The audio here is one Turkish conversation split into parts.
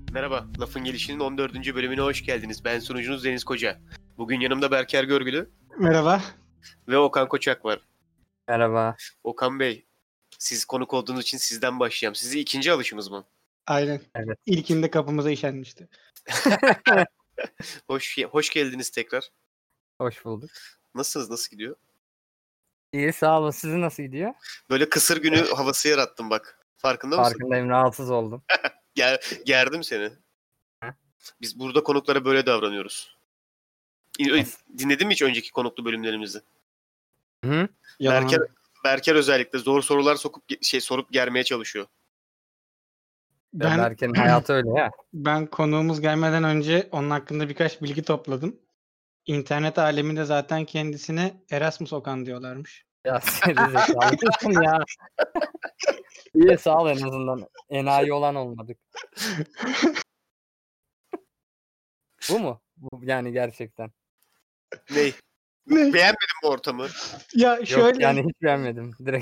Merhaba, Lafın Gelişi'nin 14. bölümüne hoş geldiniz. Ben sunucunuz Deniz Koca. Bugün yanımda Berker Görgülü Merhaba. ve Okan Koçak var. Merhaba. Okan Bey, siz konuk olduğunuz için sizden başlayalım. Sizi ikinci alışımız mı? Aynen. Evet. İlkinde kapımıza işenmişti. Hoş geldiniz tekrar. Hoş bulduk. Nasılsınız, nasıl gidiyor? İyi, sağ olun. Sizin nasıl gidiyor? Böyle kısır günü havası yarattım bak. Farkında mısın? Farkındayım, rahatsız oldum. Gerdim seni. Hı? Biz burada konuklara böyle davranıyoruz. Nasıl? Dinledin mi hiç önceki konuklu bölümlerimizi? Hı? Berker özellikle zor sorular sorup germeye çalışıyor. Berke'nin hayatı öyle ya. Ben konuğumuz gelmeden önce onun hakkında birkaç bilgi topladım. İnternet aleminde zaten kendisine Erasmus Okan diyorlarmış. Ya seni zekalısın ya. İyi, sağ ol en azından. Enayi olan olmadık. Bu mu? Bu yani gerçekten. Ney? Ne? Beğenmedin mi ortamı? Ya Yok şöyle yani hiç beğenmedim. Direkt.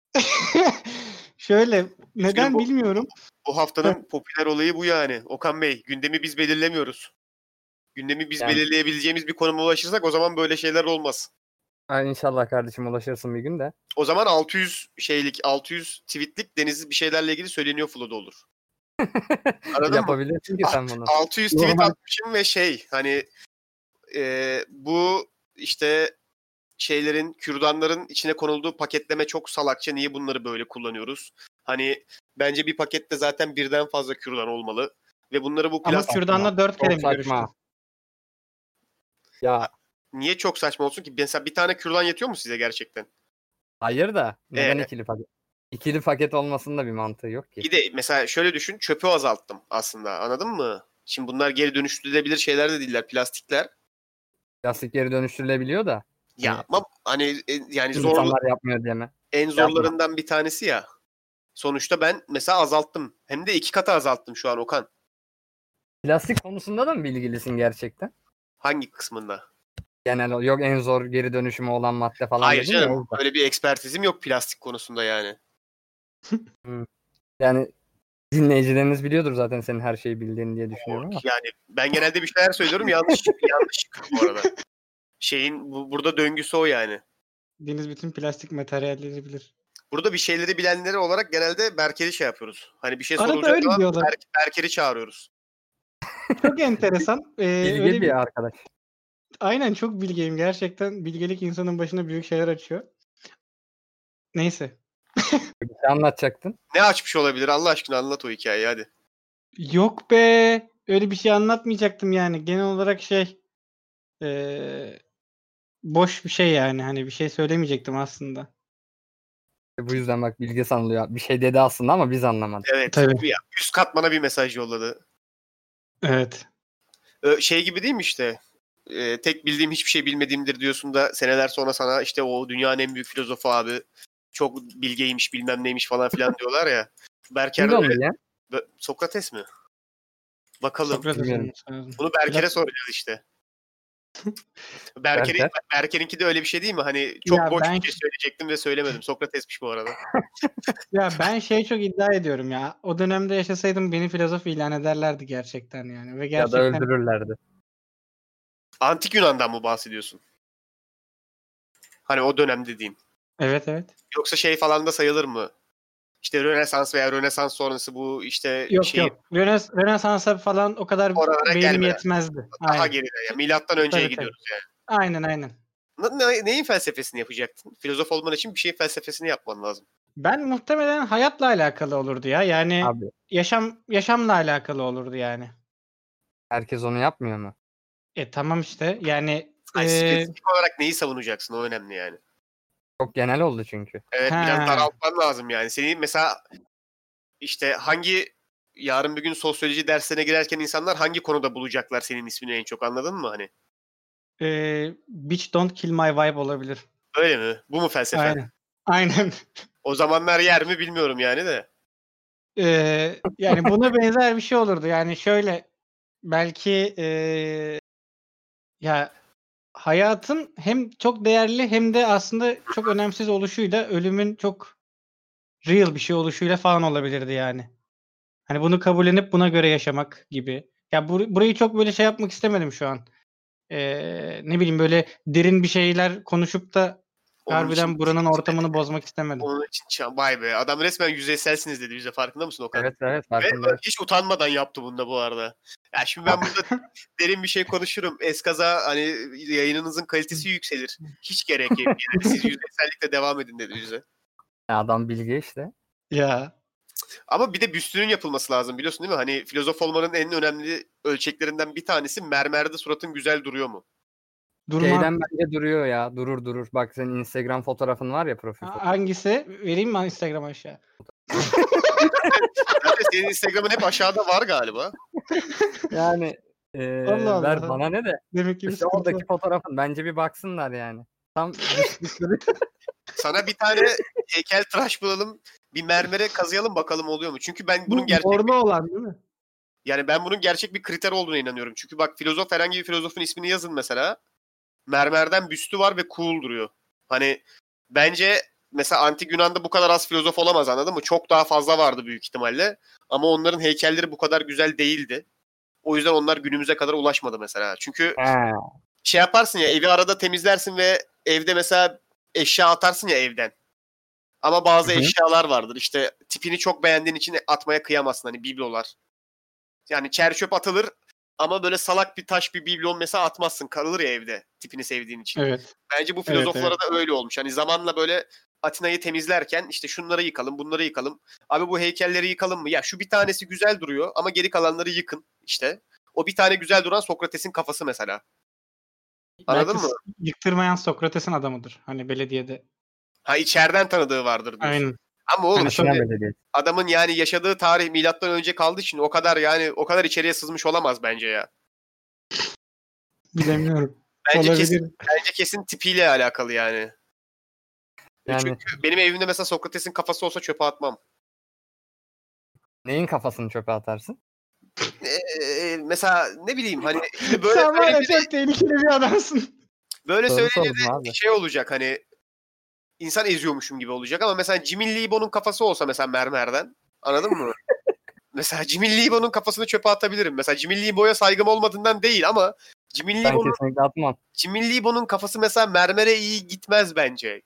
şöyle neden bu- bilmiyorum. Bu haftanın popüler olayı bu yani. Okan Bey, gündemi biz belirlemiyoruz. Gündemi biz Yani- belirleyebileceğimiz bir konuma ulaşırsak o zaman böyle şeyler olmaz. Ay, İnşallah kardeşim ulaşırsın bir gün de. O zaman 600 tweetlik Deniz bir şeylerle ilgili söyleniyor flow'da olur. Anladın mı? Yapabilirsin ki sen bunu. 600 tweet Normal. atmışım ve hani bu işte şeylerin, kürdanların içine konulduğu paketleme çok salakça. Niye bunları böyle kullanıyoruz? Hani bence bir pakette zaten birden fazla kürdan olmalı. Ve bunları bu Ama plastik... kürdanla 4 kere mi Çok görüştün? saçma. Ya Niye çok saçma olsun ki? Mesela bir tane kürdan yetiyor mu size gerçekten? hayır da neden Ee? ikili paket? İkili paket olmasının da bir mantığı yok ki. Bir de mesela şöyle düşün, çöpü azalttım aslında. Anladın mı? Şimdi bunlar geri dönüştürülebilir şeyler de değiller, plastikler. Plastik geri dönüştürülebiliyor da. Ya ama hani yani İnsanlar yapmıyor diye mi? en zorlarından bir tanesi ya. Sonuçta ben mesela azalttım. Hem de 2 katı azalttım şu an Okan. Plastik konusunda da mı bilgilisin gerçekten? Hangi kısmında? Genel yok en zor geri dönüşümü olan madde falan Hayır dedin ya. canım, öyle bir ekspertizim yok plastik konusunda yani. Yani dinleyicileriniz biliyordur zaten senin her şeyi bildiğini diye düşünüyorum ama. Yani ben genelde bir şeyler söylüyorum, yanlış çıkıyor bu arada. Burada döngüsü o yani. Deniz bütün plastik materyalleri bilir. Burada bir şeyleri bilenleri olarak genelde Berker'i şey yapıyoruz. Hani bir şey Arada sorulacak öyle ama diyorlar. Berker'i çağırıyoruz. Çok enteresan. Bilgi Öyle bir arkadaş. Aynen, çok bilgeyim. Gerçekten bilgelik insanın başına büyük şeyler açıyor. Neyse. Bir şey anlatacaktın. Ne açmış olabilir? Allah aşkına anlat o hikayeyi hadi. Yok be. Öyle bir şey anlatmayacaktım yani. Genel olarak boş bir şey yani. Hani bir şey söylemeyecektim aslında. Bu yüzden bak bilgi sanılıyor. Bir şey dedi aslında ama biz anlamadık. Evet. Tabii. Üst katmana bir mesaj yolladı. Evet. Şey gibi değil mi işte? Tek bildiğim hiçbir şey bilmediğimdir diyorsun da seneler sonra sana işte o dünyanın en büyük filozofu abi. Çok bilgeymiş bilmem neymiş falan filan diyorlar ya. Berker Kimdi onu diyen? Sokrates mi? Bakalım. Sokrates bilmiyorum. olması lazım. Bunu Berker'e Biraz- soracağız işte. Berker. Berker'inki de öyle bir şey değil mi? Hani çok Ya boş ben- bir şey söyleyecektim ve söylemedim. Sokrates'miş bu arada. Ya ben çok iddia ediyorum ya. O dönemde yaşasaydım beni filozof ilan ederlerdi gerçekten yani. Ve Ya da gerçekten öldürürlerdi. Antik Yunan'dan mı bahsediyorsun? Hani o dönem dediğin. Evet. Yoksa şey falan da sayılır mı? İşte Rönesans veya Rönesans sonrası bu işte Yok. Rönesans'a falan o kadar oralara beynim gelmeden. yetmezdi. Daha Aynen. geride. Yani milattan önceye Tabii. gidiyoruz yani. Aynen. Neyin felsefesini yapacaktın? Filozof olman için bir şeyin felsefesini yapman lazım. Ben muhtemelen hayatla alakalı olurdu ya. Yani Abi yaşamla alakalı olurdu yani. herkes onu yapmıyor mu? Tamam işte. Yani Spesifik olarak neyi savunacaksın? O önemli yani. Çok genel oldu çünkü. Evet, Ha. biraz daraltman lazım yani. Senin mesela işte yarın bir gün sosyoloji derslerine girerken insanlar hangi konuda bulacaklar senin ismini en çok, anladın mı hani? Bitch Don't Kill My Vibe olabilir. Öyle mi? Bu mu felsefe? Aynen. O zamanlar yer mi bilmiyorum yani de. Yani buna benzer bir şey olurdu. Yani şöyle belki ya hayatın hem çok değerli hem de aslında çok önemsiz oluşuyla ölümün çok real bir şey oluşuyla falan olabilirdi yani. Hani bunu kabullenip buna göre yaşamak gibi. Ya burayı çok böyle şey yapmak istemedim şu an. Ne bileyim böyle derin bir şeyler konuşup da Onun harbiden için buranın ortamını bozmak istemedim. Onun için vay be. Adam resmen yüzeyselsiniz dedi bize. Farkında mısın Okan? Evet Ve farkındayım. hiç utanmadan yaptı bunu da bu arada. Ya şimdi ben burada derin bir şey konuşurum. Eskaza hani yayınınızın kalitesi yükselir. Hiç gerek yok. Yani siz yüzeysellikle devam edin dedi bize. Adam bilgi işte. Ya. Ama bir de büstünün yapılması lazım biliyorsun değil mi? Hani filozof olmanın en önemli ölçeklerinden bir tanesi mermerde suratın güzel duruyor mu? Durmaz. Şeyden bence duruyor ya. Durur. Bak senin Instagram fotoğrafın var ya, profil fotoğrafı. Hangisi? Vereyim mi Instagram aşağı? Zaten senin Instagram'ın hep aşağıda var galiba. Yani Allah ver Allah. bana ne de. Demek ki bir İşte sıkıntı oradaki var. fotoğrafın bence bir baksınlar yani. Tam Sana bir tane heykel tıraş bulalım. Bir mermere kazıyalım bakalım oluyor mu? Çünkü ben bunun Bu morlu olan değil mi? Yani ben bunun gerçek bir kriter olduğuna inanıyorum. Çünkü bak filozof herhangi bir filozofun ismini yazın mesela. Mermerden büstü var ve cool duruyor. Hani bence mesela Antik Yunan'da bu kadar az filozof olamaz anladın mı? Çok daha fazla vardı büyük ihtimalle. Ama onların heykelleri bu kadar güzel değildi. O yüzden onlar günümüze kadar ulaşmadı mesela. Çünkü şey yaparsın ya evi arada temizlersin ve evde mesela eşya atarsın ya evden. Ama bazı eşyalar vardır. İşte tipini çok beğendiğin için atmaya kıyamazsın hani biblolar. Yani çer çöp atılır ama böyle salak bir taş bir biblon mesela atmazsın. Kalır ya evde tipini sevdiğin için. Evet. Bence bu filozoflara evet. da öyle olmuş. Hani zamanla böyle Atina'yı temizlerken işte şunları yıkalım, bunları yıkalım. Abi bu heykelleri yıkalım mı? Ya şu bir tanesi güzel duruyor ama geri kalanları yıkın işte. O bir tane güzel duran Sokrates'in kafası mesela. Anladın Belki mı? yıktırmayan Sokrates'in adamıdır. Hani belediyede. Ha içeriden tanıdığı vardır diyorsun. Aynen. Ama oğlum Hani şimdi adamın yani yaşadığı tarih milattan önce kaldığı için o kadar yani o kadar içeriye sızmış olamaz bence ya. Bilemiyorum. Bence Olabilir. kesin tipiyle alakalı yani. Yani Çünkü benim evimde mesela Sokrates'in kafası olsa çöpe atmam. neyin kafasını çöpe atarsın? Mesela ne bileyim hani şimdi böyle Sen var ya söyleyince çok tehlikeli bir adamsın. böyle Soru söyleyince sordum abi. de şey olacak hani insan eziyormuşum gibi olacak ama mesela Jimmy Libo'nun kafası olsa mesela mermerden anladın mı? Mesela Jimmy Libo'nun kafasını çöpe atabilirim. Mesela Jimmy Libo'ya saygım olmadığından değil ama Ben kesinlikle atmam. Jimmy Libo'nun kafası mesela mermere iyi gitmez bence.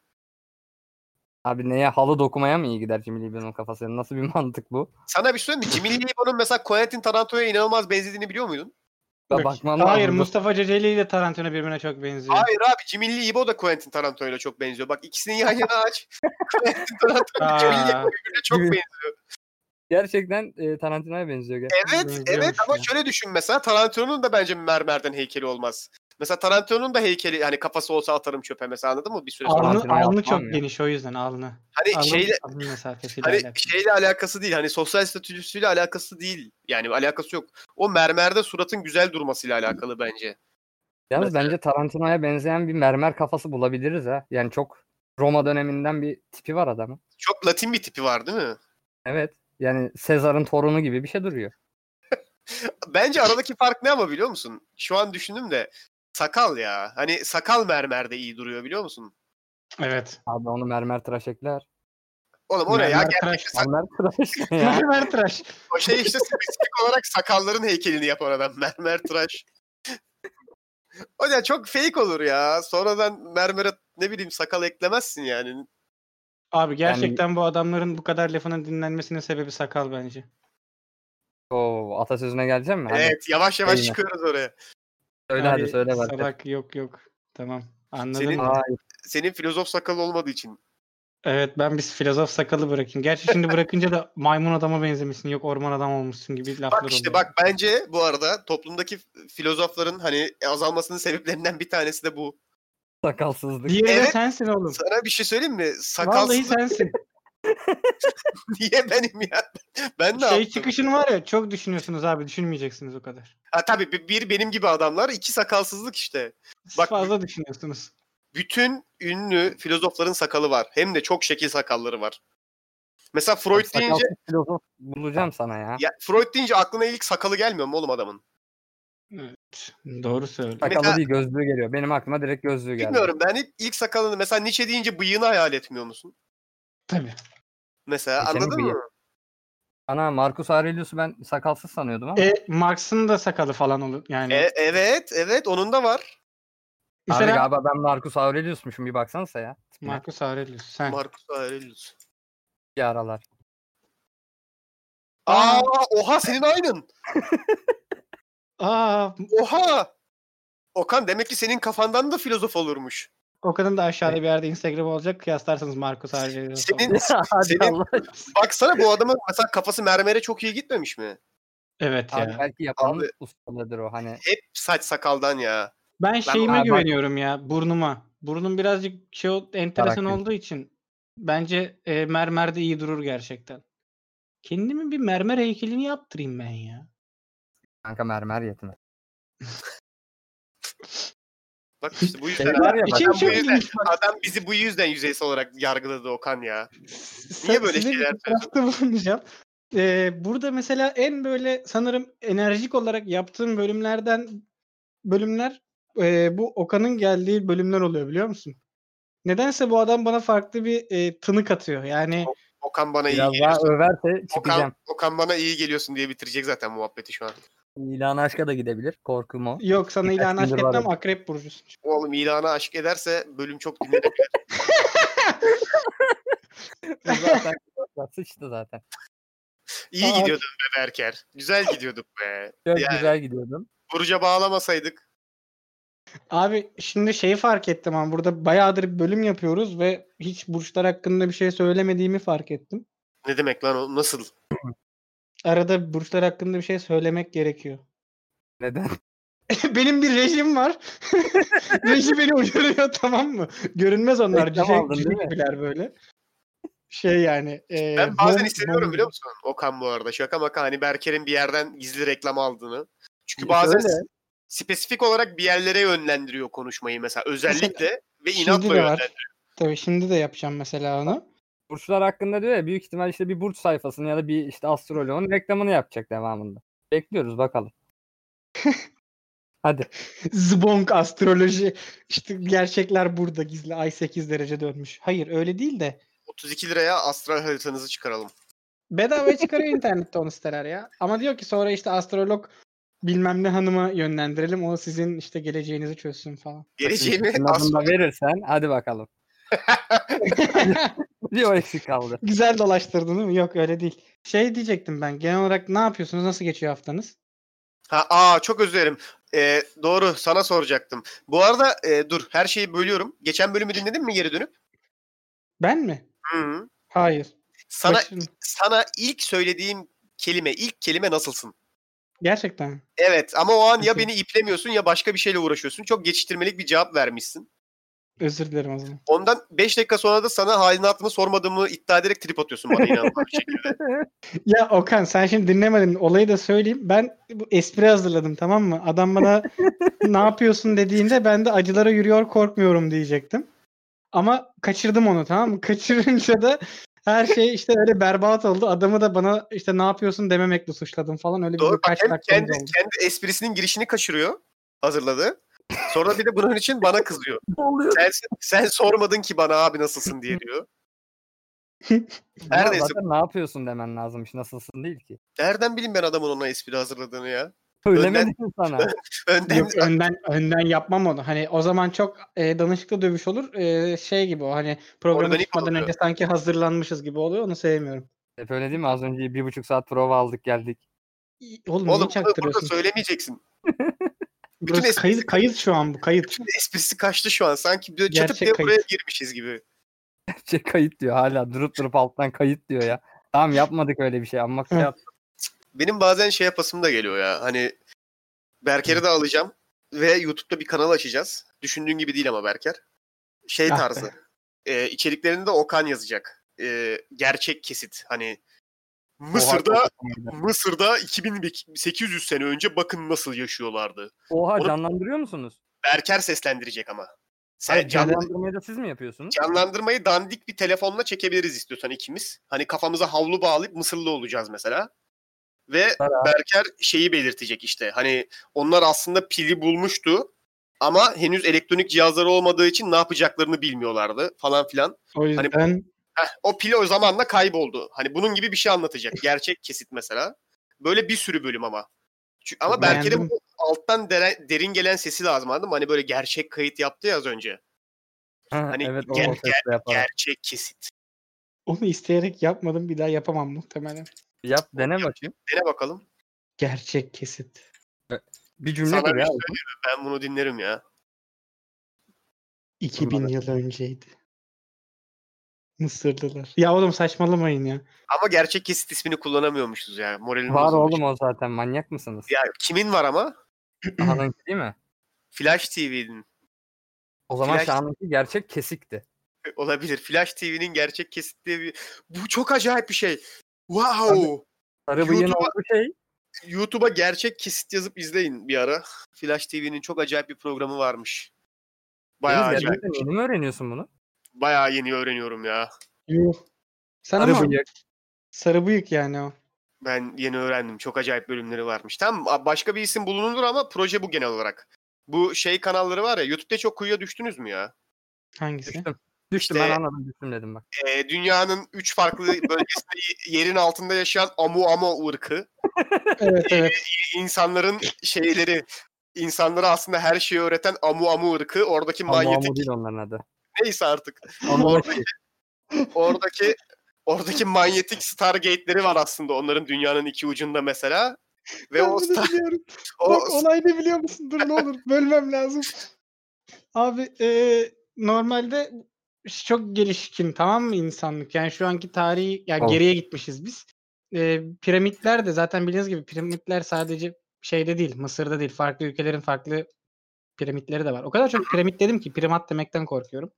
Abi neye, halı dokumaya mı iyi gider Jimmy Libo'nun kafası? Nasıl bir mantık bu? Sana bir şey söyleyeyim mi? Jimmy Libo'nun mesela Quentin Tarantino'ya inanılmaz benzediğini biliyor muydun? Ben bakmam Hayır, lazım. Mustafa Ceceli ile Tarantino birbirine çok benziyor. Hayır abi Jimmy Libo da Quentin Tarantino'yla çok benziyor. Bak ikisini yan yana aç. Quentin Tarantino Jimmy Libo birbirine çok Gibi. benziyor. Gerçekten Tarantino'ya benziyor gerçekten. Evet ama şöyle düşün mesela Tarantino'nun da bence mermerden heykeli olmaz. Mesela Tarantino'nun da heykeli hani kafası olsa atarım çöpe mesela anladın mı bir süre sonra. Alnı çok geniş o yüzden alnı. Hani Alın mesafesiyle hani alakalı. şeyle alakası değil. Hani sosyal statüsüyle alakası değil. Yani alakası yok. O mermerde suratın güzel durmasıyla alakalı bence. Yalnız bence Tarantino'ya benzeyen bir mermer kafası bulabiliriz ha. Yani çok Roma döneminden bir tipi var adamın. Çok Latin bir tipi var değil mi? Evet. Yani Sezar'ın torunu gibi bir şey duruyor. Bence aradaki fark ne ama biliyor musun? Şu an düşündüm de sakal ya. Hani sakal mermerde iyi duruyor biliyor musun? Evet. Abi onu mermer tıraş ekler. Oğlum o ne ya? Mermer Gerçekten tıraş. Mermer tıraş ne ya? Mermer tıraş. o şey işte spesifik olarak sakalların heykelini yapan adam. Mermer tıraş. O ya çok fake olur ya. Sonradan mermere ne bileyim sakal eklemezsin yani. Abi gerçekten bu adamların bu kadar lafının dinlenmesinin sebebi sakal bence. Oo, atasözüne geleceğim mi? Hadi. Evet yavaş yavaş Eyvah. çıkıyoruz oraya. Söyle hadi söyle bak. Salak yok. Tamam. Anladın mı? Hayır. Senin filozof sakalı olmadığı için. Evet ben bir filozof sakalı bırakayım. Gerçi şimdi bırakınca da maymun adama benzemişsin. Yok orman adam olmuşsun gibi laflar Bak işte oluyor. bak bence bu arada toplumdaki filozofların hani azalmasının sebeplerinden bir tanesi de bu. Sakalsızlık. Diğeri de Evet. sensin oğlum. Sana bir şey söyleyeyim mi? Vallahi Sakalsızlık sensin. niye benim ya? Ben ne yaptım? Çıkışın var ya çok düşünüyorsunuz abi. Düşünmeyeceksiniz o kadar. Ha tabii bir benim gibi adamlar, iki sakalsızlık işte. Siz Bak fazla düşünüyorsunuz. bütün ünlü filozofların sakalı var. Hem de çok şekil sakalları var. Mesela Freud deyince Sakalsız filozof bulacağım sana ya. Freud deyince aklına ilk sakalı gelmiyor mu oğlum adamın? Evet. Doğru söylüyorsun. Sakalı Mesela- değil, gözlüğü geliyor. Benim aklıma direkt gözlüğü geldi. Bilmiyorum ben ilk sakalını mesela Nietzsche deyince bıyığını hayal etmiyor musun? Tabii. Mesela Nietzsche'nin anladın bıyığı. mı? Ana Marcus Aurelius'u ben sakalsız sanıyordum ama. Marx'ın da sakalı falan olur yani. Evet onun da var. Abi Mesela galiba ben Marcus Aurelius'muşum, bir baksanıza ya. tipine. Marcus Aurelius. Sen. Marcus Aurelius. Bir aralar. Aa, oha senin aynın. Aa, Oha. Okan demek ki senin kafandan da filozof olurmuş. Okan'ın da aşağıda bir yerde Instagram olacak. Kıyaslarsınız Marcus Aurelius. Senin, Hadi senin Allah. baksana bu adamın mesela kafası mermere çok iyi gitmemiş mi? Evet Abi ya. belki yapanın Abi. ustalığıdır o hani. Hep saç sakaldan ya. Ben şeyime Abi bak- güveniyorum ya. Burnuma. Burnum birazcık enteresan Karakter. olduğu için bence mermerde iyi durur gerçekten. Kendime bir mermer heykelini yaptırayım ben ya. Kanka mermer yetmez. Bak işte bu yüzden Şey var ya bak. İçim bu çok yüzden- iyiymiş bak. adam bizi bu yüzden yüzeysel olarak yargıladı Okan ya. Niye böyle Size şeyler bir itirafta bulunacağım. Burada mesela en böyle sanırım enerjik olarak yaptığım bölümler bu Okan'ın geldiği bölümler oluyor biliyor musun? Nedense bu adam bana farklı bir tını katıyor. Yani Okan bana iyi Biraz daha geliyorsun. överse çıkacağım. Okan bana iyi geliyorsun diye bitirecek zaten muhabbeti şu an. İlan aşka da gidebilir. Korkum o. yok sana Birkaç ilan aşk gündür var etmem o. akrep burcusun. Oğlum ilana aşk ederse bölüm çok dinlenebilir. Zaten sıçtı zaten. İyi Aa, gidiyordun be Berker. Güzel gidiyorduk be. Çok Yani güzel gidiyordum. Burcu'ya bağlamasaydık. Abi şimdi şeyi fark ettim ama burada bayağıdır bir bölüm yapıyoruz ve hiç burçlar hakkında bir şey söylemediğimi fark ettim. Ne demek lan o? Nasıl? Arada burçlar hakkında bir şey söylemek gerekiyor. Neden? Benim bir rejim var. Reji beni uyarıyor tamam mı? Görünmez onlar. Reklam aldın, Cüce değil mi? gibiler böyle. Şey yani. Ben bazen mum hissediyorum biliyor gibi. musun? Okan bu arada. Şaka maka hani Berker'in bir yerden gizli reklam aldığını. Çünkü İşte bazen öyle. spesifik olarak bir yerlere yönlendiriyor konuşmayı mesela. Özellikle ve Şimdi inatla de var. yönlendiriyor. Tabii şimdi de yapacağım mesela onu. Burçlar hakkında diyor ya, büyük ihtimal işte bir burç sayfasını ya da bir işte astroloğun reklamını yapacak devamında. Bekliyoruz bakalım. Hadi. Zbonk astroloji. İşte gerçekler burada gizli. Ay 8 derece dönmüş. Hayır öyle değil de. 32 liraya astral haritanızı çıkaralım. Bedavaya çıkarıyor internette onu siteler ya. Ama diyor ki sonra işte astrolog bilmem ne hanıma yönlendirelim. O sizin işte geleceğinizi çözsün falan. Geleceğimi Senin adını da verirsen hadi bakalım. Bir o eksik kaldı. Güzel dolaştırdın değil mi? Yok öyle değil. Şey diyecektim ben. Genel olarak ne yapıyorsunuz? Nasıl geçiyor haftanız? Çok özür dilerim. Doğru sana soracaktım. Bu arada dur her şeyi bölüyorum. Geçen bölümü dinledin mi geri dönüp? Ben mi? Hı. Hayır. Sana Kaçırdım. sana ilk söylediğim ilk kelime nasılsın? Gerçekten mi? Evet ama o an ya Peki. beni iplemiyorsun ya başka bir şeyle uğraşıyorsun. Çok geçiştirmelik bir cevap vermişsin. Özür dilerim o zaman. Ondan 5 dakika sonra da sana halini hatırını sormadığımı iddia ederek trip atıyorsun bana inanılmaz bir şekilde. Ya Okan sen şimdi dinlemedin. Olayı da söyleyeyim. Ben bu espri hazırladım tamam mı? Adam bana ne yapıyorsun dediğinde ben de acılara yürüyor korkmuyorum diyecektim. Ama kaçırdım onu tamam mı? Kaçırınca da her şey işte öyle berbat oldu. Adamı da bana işte ne yapıyorsun dememekle suçladım falan. Öyle Doğru bak birkaç hem dakikamız oldu. kendi esprisinin girişini kaçırıyor hazırladı. Sonra bir de bunun için bana kızıyor. Ne oluyor? Sen sormadın ki bana abi nasılsın diye diyor. Ama Her neyse. zaten ne yapıyorsun demen lazımmış. Nasılsın değil ki. Nereden bileyim ben adamın ona espri hazırladığını ya? Söylemedim sana. Önden Yok önden yapmam onu. Hani o zaman çok danışıklı dövüş olur. Şey gibi o hani programa Organik çıkmadan oluyor. önce sanki hazırlanmışız gibi oluyor. Onu sevmiyorum. Hep öyle değil mi? Az önce 1,5 saat prova aldık geldik. Oğlum niye Oğlum bunu burada çaktırıyorsun? söylemeyeceksin. Burası esprisi, kayıt şu an bu kayıt. bütün esprisi kaçtı şu an. Sanki böyle çatıp diye Gerçek buraya kayıt. girmişiz gibi. Şey kayıt diyor hala. Durup alttan kayıt diyor ya. Tamam yapmadık öyle bir şey. Amma şey yap. Benim bazen şey yapasım da geliyor ya. Hani Berker'i de alacağım ve YouTube'da bir kanal açacağız. Düşündüğün gibi değil ama Berker. Şey Ah be. tarzı. İçeriklerini de Okan yazacak. Gerçek kesit. Hani Mısır'da 2800 sene önce bakın nasıl yaşıyorlardı. Oha Onu- canlandırıyor musunuz? Berker seslendirecek ama. Sen Hayır, canlandırmayı da siz mi yapıyorsunuz? Canlandırmayı dandik bir telefonla çekebiliriz istiyorsan ikimiz. Hani kafamıza havlu bağlayıp Mısırlı olacağız mesela. Ve Berker şeyi belirtecek işte. Hani onlar aslında pili bulmuştu ama henüz elektronik cihazları olmadığı için ne yapacaklarını bilmiyorlardı falan filan. O yüzden O pil o zamanla kayboldu. Hani bunun gibi bir şey anlatacak. Gerçek kesit mesela. Böyle bir sürü bölüm ama. Ama Berker'in Beğendim. bu alttan derin gelen sesi lazım, anladın mı? Hani böyle gerçek kayıt yaptı ya az önce. Hani Evet, o sesle yaparak. gerçek kesit. Onu isteyerek yapmadım. Bir daha yapamam muhtemelen. Yap, Onu dene yapacak. bakayım. Dene bakalım. Gerçek kesit. Bir cümle Sana kur bir ya. şey söyleyeyim mi? Ben bunu dinlerim ya. 2000 yıl önceydi. Mısırlılar. Ya oğlum saçmalamayın ya. Ama gerçek kesit ismini kullanamıyormuşuz ya. Moralim Var bozulmuş. oğlum o zaten. Manyak mısınız? Ya kimin var ama? Şahan'ınki değil mi? Flash TV'nin. O zaman Flash Şahan'ınki gerçek kesikti. olabilir. Flash TV'nin gerçek kesit diye bir... Bu çok acayip bir şey. Wow. Sarı bıyığın olduğu şey. YouTube'a gerçek kesit yazıp izleyin bir ara. Flash TV'nin çok acayip bir programı varmış. Bayağı Deniz acayip. gerçekten yeni mi öğreniyorsun bunu? Bayağı yeni öğreniyorum ya. Yuh. Sen Sarı ama bıyık. sarı bıyık yani o. Ben yeni öğrendim. Çok acayip bölümleri varmış. Tamam, başka bir isim bulunur ama proje bu genel olarak. Bu şey kanalları var ya, YouTube'da çok kuyuya düştünüz mü ya? Hangisi? Düştüm İşte- ben anladım, düştüm dedim bak. Dünyanın 3 farklı bölgesinde yerin altında yaşayan Amu ırkı. Evet. İnsanların şeyleri, insanlara aslında her şeyi öğreten Amu ırkı. Oradaki manyetik, Amu değil onların adı. neyse artık. Anunnaki. Oradaki manyetik Stargate'leri var aslında onların dünyanın iki ucunda mesela. Ve Ben o bunu biliyorum. o Bak olay ne biliyor musun? Dur ne olur bölmem lazım. Abi normalde çok gelişkin tamam mı insanlık? Yani şu anki tarihi yani Oh. geriye gitmişiz biz. Piramitler de zaten bildiğiniz gibi piramitler sadece şeyde değil, Mısır'da değil. Farklı ülkelerin farklı piramitleri de var. O kadar çok piramit dedim ki primat demekten korkuyorum.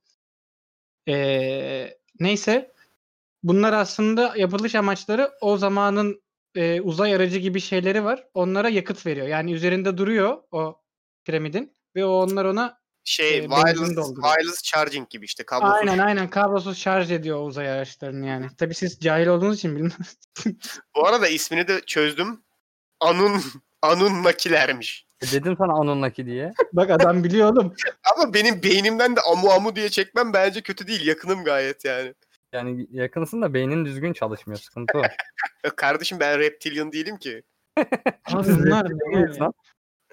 Neyse bunlar aslında yapılış amaçları o zamanın uzay aracı gibi şeyleri var. Onlara yakıt veriyor. Yani üzerinde duruyor o piramidin ve onlar ona benzin dolduruyor. wireless charging gibi işte kablosuz. Aynen kablosuz şarj ediyor o uzay araçlarını yani. Tabii siz cahil olduğunuz için bilmem. Bu arada ismini de çözdüm. Anunnakilermiş. Dedim sana Anunnaki diye. Bak adam biliyor oğlum. Ama benim beynimden de amu diye çekmem bence kötü değil. Yakınım gayet yani. Yani yakınsın da beynin düzgün çalışmıyor. Sıkıntı o. Kardeşim ben reptilian değilim ki. Abi bunlar ne var ya?